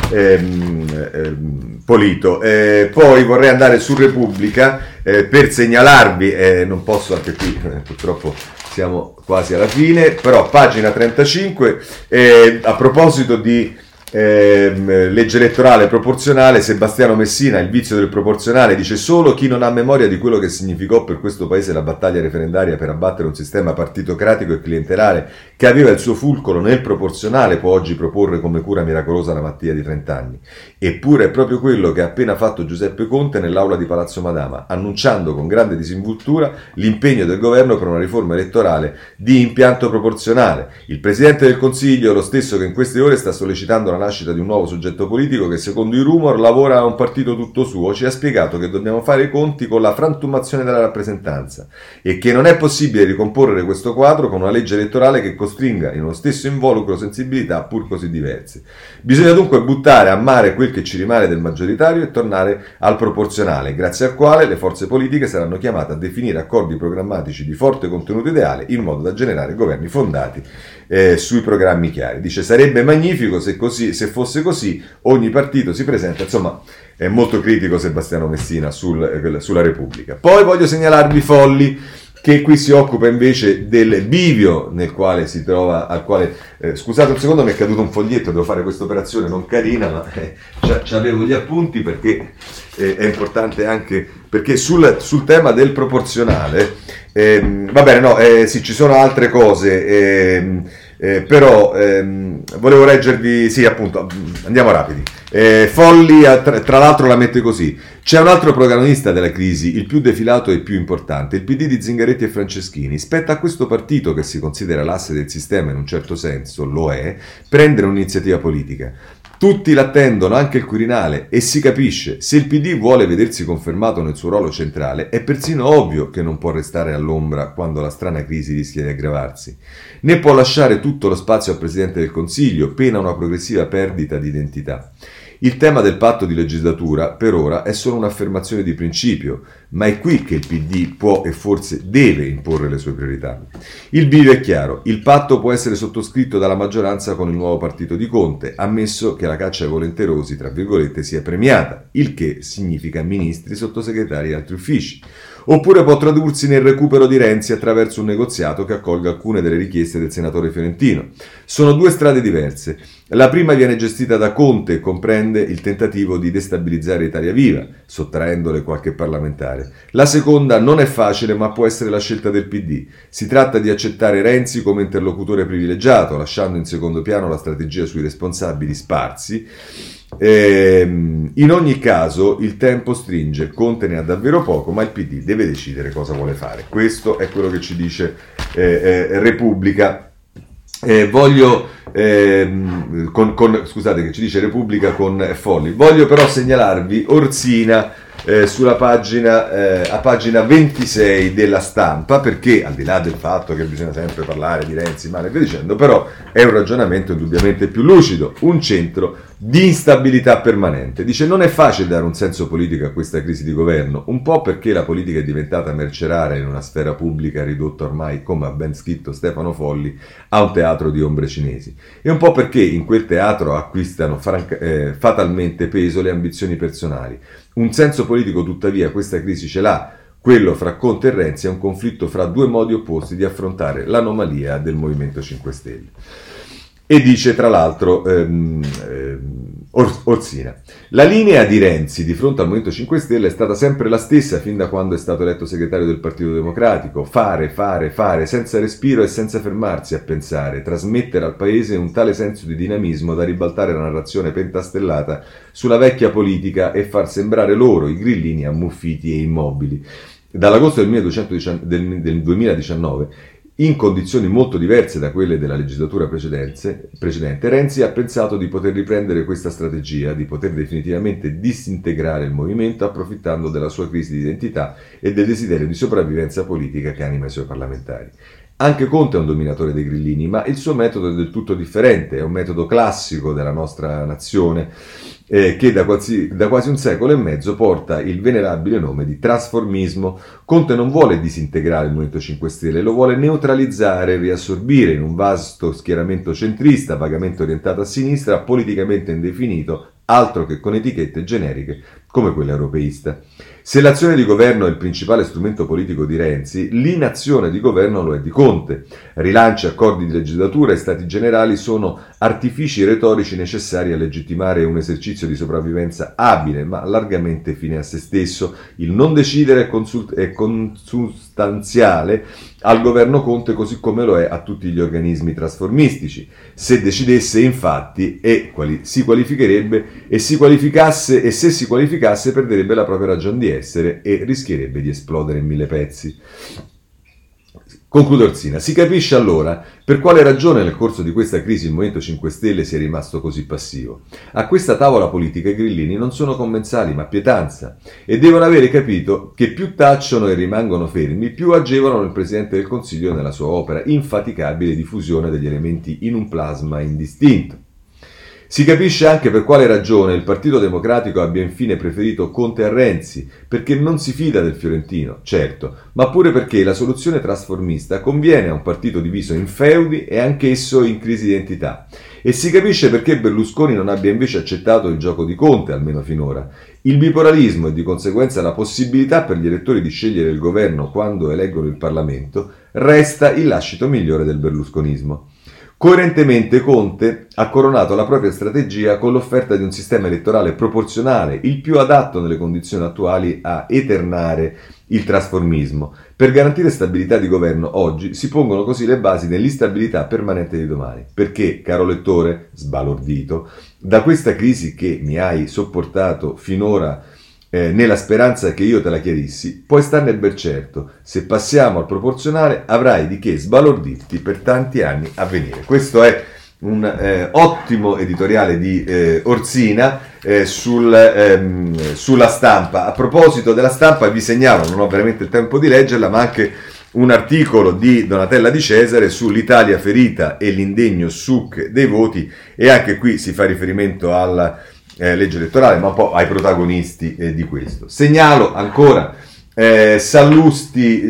Polito. Poi vorrei andare su Repubblica per segnalarvi, non posso anche qui, purtroppo siamo quasi alla fine, però pagina 35, a proposito di legge elettorale proporzionale, Sebastiano Messina, il vizio del proporzionale, dice: solo chi non ha memoria di quello che significò per questo paese la battaglia referendaria per abbattere un sistema partitocratico e clientelare che aveva il suo fulcro nel proporzionale può oggi proporre come cura miracolosa la malattia di 30 anni. Eppure è proprio quello che ha appena fatto Giuseppe Conte nell'aula di Palazzo Madama, annunciando con grande disinvoltura l'impegno del governo per una riforma elettorale di impianto proporzionale. Il Presidente del Consiglio, lo stesso che in queste ore sta sollecitando la nascita di un nuovo soggetto politico che secondo i rumor lavora a un partito tutto suo, ci ha spiegato che dobbiamo fare i conti con la frantumazione della rappresentanza e che non è possibile ricomporre questo quadro con una legge elettorale che costringa in uno stesso involucro sensibilità pur così diverse. Bisogna dunque buttare a mare quel che ci rimane del maggioritario e tornare al proporzionale, grazie al quale le forze politiche saranno chiamate a definire accordi programmatici di forte contenuto ideale in modo da generare governi fondati sui programmi chiari. Dice: sarebbe magnifico se fosse così, ogni partito si presenta, insomma è molto critico Sebastiano Messina sulla Repubblica. Poi voglio segnalarvi Folli, che qui si occupa invece del bivio nel quale si trova, scusate un secondo, mi è caduto un foglietto, devo fare questa operazione non carina, ma c'avevo gli appunti perché è importante anche, perché sul tema del proporzionale, va bene, no, sì, ci sono altre cose, però volevo leggervi, sì appunto, andiamo rapidi. Folli tra l'altro la mette così: c'è un altro protagonista della crisi, il più defilato e più importante, il PD di Zingaretti e Franceschini. Spetta a questo partito, che si considera l'asse del sistema in un certo senso, lo è, prendere un'iniziativa politica. Tutti l'attendono, anche il Quirinale, e si capisce, se il PD vuole vedersi confermato nel suo ruolo centrale, è persino ovvio che non può restare all'ombra quando la strana crisi rischia di aggravarsi, né può lasciare tutto lo spazio al Presidente del Consiglio, pena una progressiva perdita di identità. Il tema del patto di legislatura, per ora, è solo un'affermazione di principio, ma è qui che il PD può e forse deve imporre le sue priorità. Il bivio è chiaro: il patto può essere sottoscritto dalla maggioranza con il nuovo partito di Conte, ammesso che la caccia ai volenterosi, tra virgolette, sia premiata, il che significa ministri, sottosegretari e altri uffici. Oppure può tradursi nel recupero di Renzi attraverso un negoziato che accolga alcune delle richieste del senatore fiorentino. Sono due strade diverse. La prima viene gestita da Conte e comprende il tentativo di destabilizzare Italia Viva, sottraendole qualche parlamentare. La seconda non è facile, ma può essere la scelta del PD. Si tratta di accettare Renzi come interlocutore privilegiato, lasciando in secondo piano la strategia sui responsabili sparsi. In ogni caso il tempo stringe, Conte ne ha davvero poco, ma il PD deve decidere cosa vuole fare. Questo è quello che ci dice Repubblica. Scusate, che ci dice Repubblica con Folli. Voglio però segnalarvi Orsina sulla a pagina 26 della Stampa, perché al di là del fatto che bisogna sempre parlare di Renzi male e via dicendo, però è un ragionamento indubbiamente più lucido, un centro di instabilità permanente. Dice: non è facile dare un senso politico a questa crisi di governo, un po' perché la politica è diventata mercenaria in una sfera pubblica ridotta ormai, come ha ben scritto Stefano Folli, a un teatro di ombre cinesi, e un po' perché in quel teatro acquistano fatalmente peso le ambizioni personali. Un senso politico tuttavia questa crisi ce l'ha. Quello fra Conte e Renzi è un conflitto fra due modi opposti di affrontare l'anomalia del Movimento 5 Stelle. E dice tra l'altro Orsina: la linea di Renzi di fronte al Movimento 5 Stelle è stata sempre la stessa fin da quando è stato eletto segretario del Partito Democratico: fare, senza respiro e senza fermarsi a pensare, trasmettere al Paese un tale senso di dinamismo da ribaltare la narrazione pentastellata sulla vecchia politica e far sembrare loro i grillini ammuffiti e immobili. Dall'agosto del 2019, in condizioni molto diverse da quelle della legislatura precedente, Renzi ha pensato di poter riprendere questa strategia, di poter definitivamente disintegrare il movimento approfittando della sua crisi di identità e del desiderio di sopravvivenza politica che anima i suoi parlamentari. Anche Conte è un dominatore dei grillini, ma il suo metodo è del tutto differente, è un metodo classico della nostra nazione che da quasi un secolo e mezzo porta il venerabile nome di trasformismo. Conte non vuole disintegrare il Movimento 5 Stelle, lo vuole neutralizzare e riassorbire in un vasto schieramento centrista, vagamente orientato a sinistra, politicamente indefinito, altro che con etichette generiche come quella europeista. Se l'azione di governo è il principale strumento politico di Renzi, l'inazione di governo lo è di Conte. Rilanci, accordi di legislatura e stati generali sono artifici retorici necessari a legittimare un esercizio di sopravvivenza abile, ma largamente fine a se stesso. Il non decidere è consustanziale al governo Conte, così come lo è a tutti gli organismi trasformistici. Se decidesse, infatti, si qualificherebbe e se si qualificasse perderebbe la propria ragion di essere e rischierebbe di esplodere in 1000 pezzi. Conclude Orsina. Si capisce allora per quale ragione nel corso di questa crisi il Movimento 5 Stelle sia rimasto così passivo. A questa tavola politica i grillini non sono commensali ma pietanza e devono avere capito che più tacciono e rimangono fermi, più agevolano il Presidente del Consiglio nella sua opera infaticabile di fusione degli elementi in un plasma indistinto. Si capisce anche per quale ragione il Partito Democratico abbia infine preferito Conte a Renzi, perché non si fida del fiorentino, certo, ma pure perché la soluzione trasformista conviene a un partito diviso in feudi e anch'esso in crisi di identità. E si capisce perché Berlusconi non abbia invece accettato il gioco di Conte, almeno finora. Il bipolarismo e di conseguenza la possibilità per gli elettori di scegliere il governo quando eleggono il Parlamento resta il lascito migliore del berlusconismo. Coerentemente Conte ha coronato la propria strategia con l'offerta di un sistema elettorale proporzionale, il più adatto nelle condizioni attuali a eternare il trasformismo. Per garantire stabilità di governo oggi si pongono così le basi dell'instabilità permanente di domani. Perché, caro lettore, sbalordito, da questa crisi che mi hai sopportato finora nella speranza che io te la chiarissi, puoi starne ben certo, se passiamo al proporzionale avrai di che sbalordirti per tanti anni a venire. Questo è un ottimo editoriale di Orsina sulla Stampa. A proposito della Stampa vi segnalo, non ho veramente il tempo di leggerla, ma anche un articolo di Donatella Di Cesare sull'Italia ferita e l'indegno suc dei voti, e anche qui si fa riferimento alla legge elettorale, ma un po' ai protagonisti di questo. Segnalo ancora Sallusti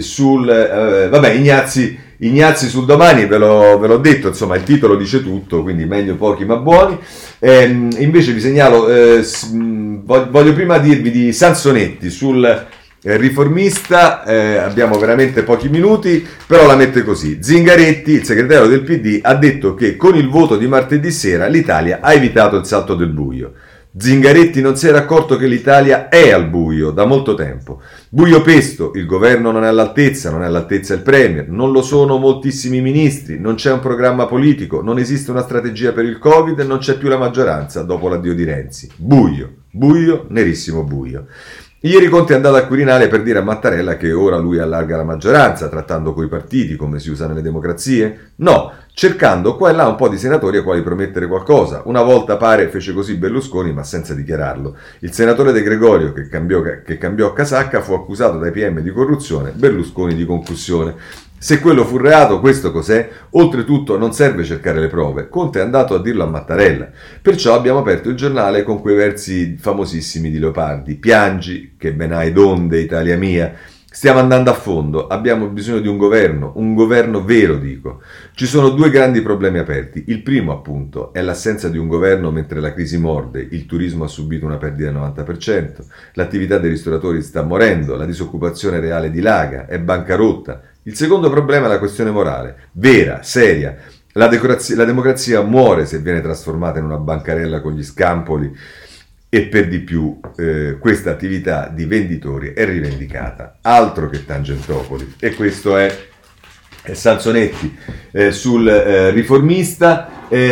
Ignazzi sul Domani, ve l'ho detto, insomma il titolo dice tutto, quindi meglio pochi ma buoni. Invece vi segnalo, voglio prima dirvi di Sansonetti sul Riformista, abbiamo veramente pochi minuti, però la mette così. Zingaretti, il segretario del PD, ha detto che con il voto di martedì sera l'Italia ha evitato il salto del buio. Zingaretti non si era accorto che l'Italia è al buio da molto tempo. Buio pesto, il governo non è all'altezza il premier, non lo sono moltissimi ministri, non c'è un programma politico, non esiste una strategia per il Covid e non c'è più la maggioranza dopo l'addio di Renzi. Buio, buio, nerissimo buio. Ieri Conte è andato al Quirinale per dire a Mattarella che ora lui allarga la maggioranza, trattando coi partiti come si usa nelle democrazie? No, cercando qua e là un po' di senatori a quali promettere qualcosa. Una volta pare fece così Berlusconi, ma senza dichiararlo. Il senatore De Gregorio, che cambiò casacca, fu accusato dai PM di corruzione, Berlusconi di concussione. Se quello fu reato, questo cos'è? Oltretutto non serve cercare le prove, Conte è andato a dirlo a Mattarella. Perciò abbiamo aperto il giornale con quei versi famosissimi di Leopardi. Piangi, che ben hai d'onde, Italia mia. Stiamo andando a fondo, abbiamo bisogno di un governo vero, dico. Ci sono due grandi problemi aperti. Il primo, appunto, è l'assenza di un governo mentre la crisi morde. Il turismo ha subito una perdita del 90%, l'attività dei ristoratori sta morendo, la disoccupazione reale dilaga, è bancarotta. Il secondo problema è la questione morale, vera, seria. La democrazia muore se viene trasformata in una bancarella con gli scampoli e per di più questa attività di venditori è rivendicata. Altro che Tangentopoli. E questo è Sansonetti sul Riformista.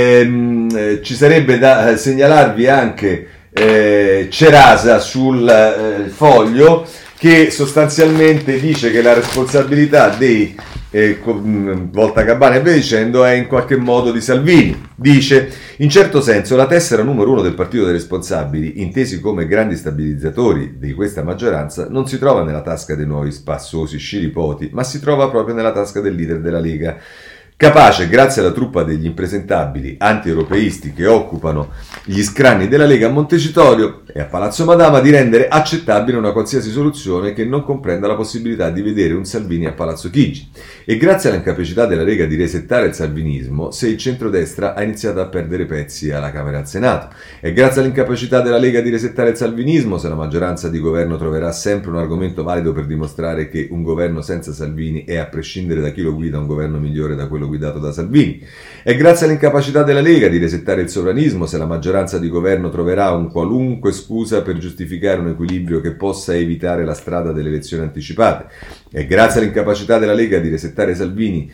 Ci sarebbe da segnalarvi anche Cerasa sul Foglio, che sostanzialmente dice che la responsabilità dei Volta Gabbana e via dicendo, è in qualche modo di Salvini. Dice: in certo senso la tessera numero 1 del partito dei responsabili, intesi come grandi stabilizzatori di questa maggioranza, non si trova nella tasca dei nuovi spassosi sciripoti, ma si trova proprio nella tasca del leader della Lega, capace, grazie alla truppa degli impresentabili anti-europeisti che occupano gli scranni della Lega a Montecitorio e a Palazzo Madama, di rendere accettabile una qualsiasi soluzione che non comprenda la possibilità di vedere un Salvini a Palazzo Chigi. E grazie all'incapacità della Lega di resettare il salvinismo, se il centrodestra ha iniziato a perdere pezzi alla Camera e al Senato. E grazie all'incapacità della Lega di resettare il salvinismo, se la maggioranza di governo troverà sempre un argomento valido per dimostrare che un governo senza Salvini è, a prescindere da chi lo guida, un governo migliore da quello guidato da Salvini. E grazie all'incapacità della Lega di resettare il sovranismo, se la maggioranza di governo troverà un qualunque scusa per giustificare un equilibrio che possa evitare la strada delle elezioni anticipate. E grazie all'incapacità della Lega di resettare Salvini,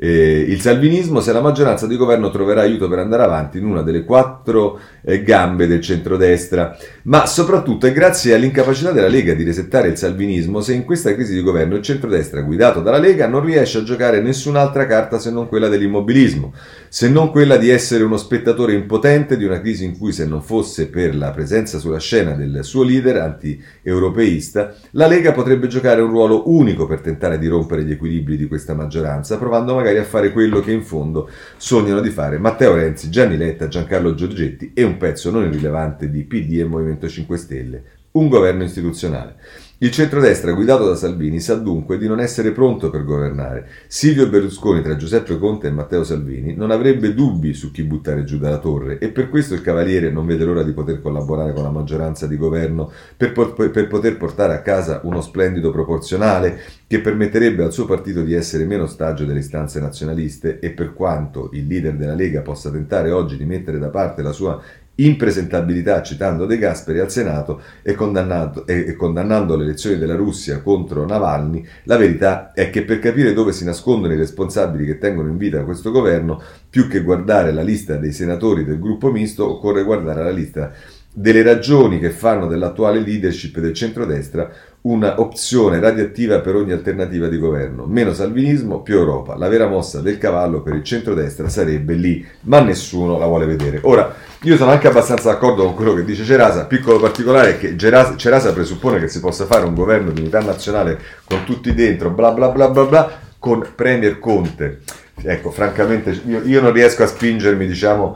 il salvinismo, se la maggioranza di governo troverà aiuto per andare avanti in una delle 4 gambe del centrodestra. Ma soprattutto è grazie all'incapacità della Lega di resettare il salvinismo se in questa crisi di governo il centrodestra guidato dalla Lega non riesce a giocare nessun'altra carta se non quella dell'immobilismo, se non quella di essere uno spettatore impotente di una crisi in cui, se non fosse per la presenza sulla scena del suo leader anti-europeista, la Lega potrebbe giocare un ruolo unico per tentare di rompere gli equilibri di questa maggioranza, provando magari a fare quello che in fondo sognano di fare Matteo Renzi, Gianni Letta, Giancarlo Giorgetti e un pezzo non irrilevante di PD e Movimento 5 Stelle, un governo istituzionale. Il centrodestra guidato da Salvini sa dunque di non essere pronto per governare. Silvio Berlusconi, tra Giuseppe Conte e Matteo Salvini, non avrebbe dubbi su chi buttare giù dalla torre e per questo il Cavaliere non vede l'ora di poter collaborare con la maggioranza di governo per poter portare a casa uno splendido proporzionale che permetterebbe al suo partito di essere meno ostaggio delle istanze nazionaliste. E per quanto il leader della Lega possa tentare oggi di mettere da parte la sua impresentabilità citando De Gasperi al Senato e condannando le elezioni della Russia contro Navalny, la verità è che per capire dove si nascondono i responsabili che tengono in vita questo governo, più che guardare la lista dei senatori del gruppo misto, occorre guardare la lista delle ragioni che fanno dell'attuale leadership del centrodestra una opzione radioattiva per ogni alternativa di governo. Meno salvinismo, più Europa. La vera mossa del cavallo per il centrodestra sarebbe lì, ma nessuno la vuole vedere. Ora, io sono anche abbastanza d'accordo con quello che dice Cerasa. Piccolo particolare è che Cerasa presuppone che si possa fare un governo di unità nazionale con tutti dentro, bla bla bla bla bla, con Premier Conte. Ecco, francamente io non riesco a spingermi, diciamo,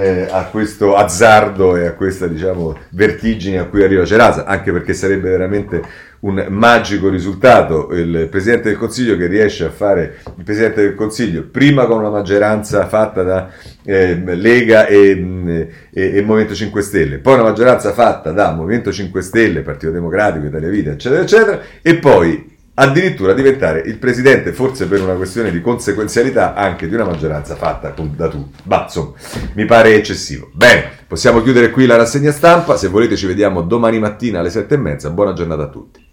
a questo azzardo e a questa, diciamo, vertigine a cui arriva Cerasa, anche perché sarebbe veramente un magico risultato il Presidente del Consiglio che riesce a fare il Presidente del Consiglio prima con una maggioranza fatta da Lega e Movimento 5 Stelle, poi una maggioranza fatta da Movimento 5 Stelle, Partito Democratico, Italia Viva, eccetera eccetera, e poi addirittura diventare il presidente, forse per una questione di conseguenzialità, anche di una maggioranza fatta da tutti. Ma insomma, mi pare eccessivo. Bene, possiamo chiudere qui la rassegna stampa. Se volete ci vediamo domani mattina alle 7:30. Buona giornata a tutti.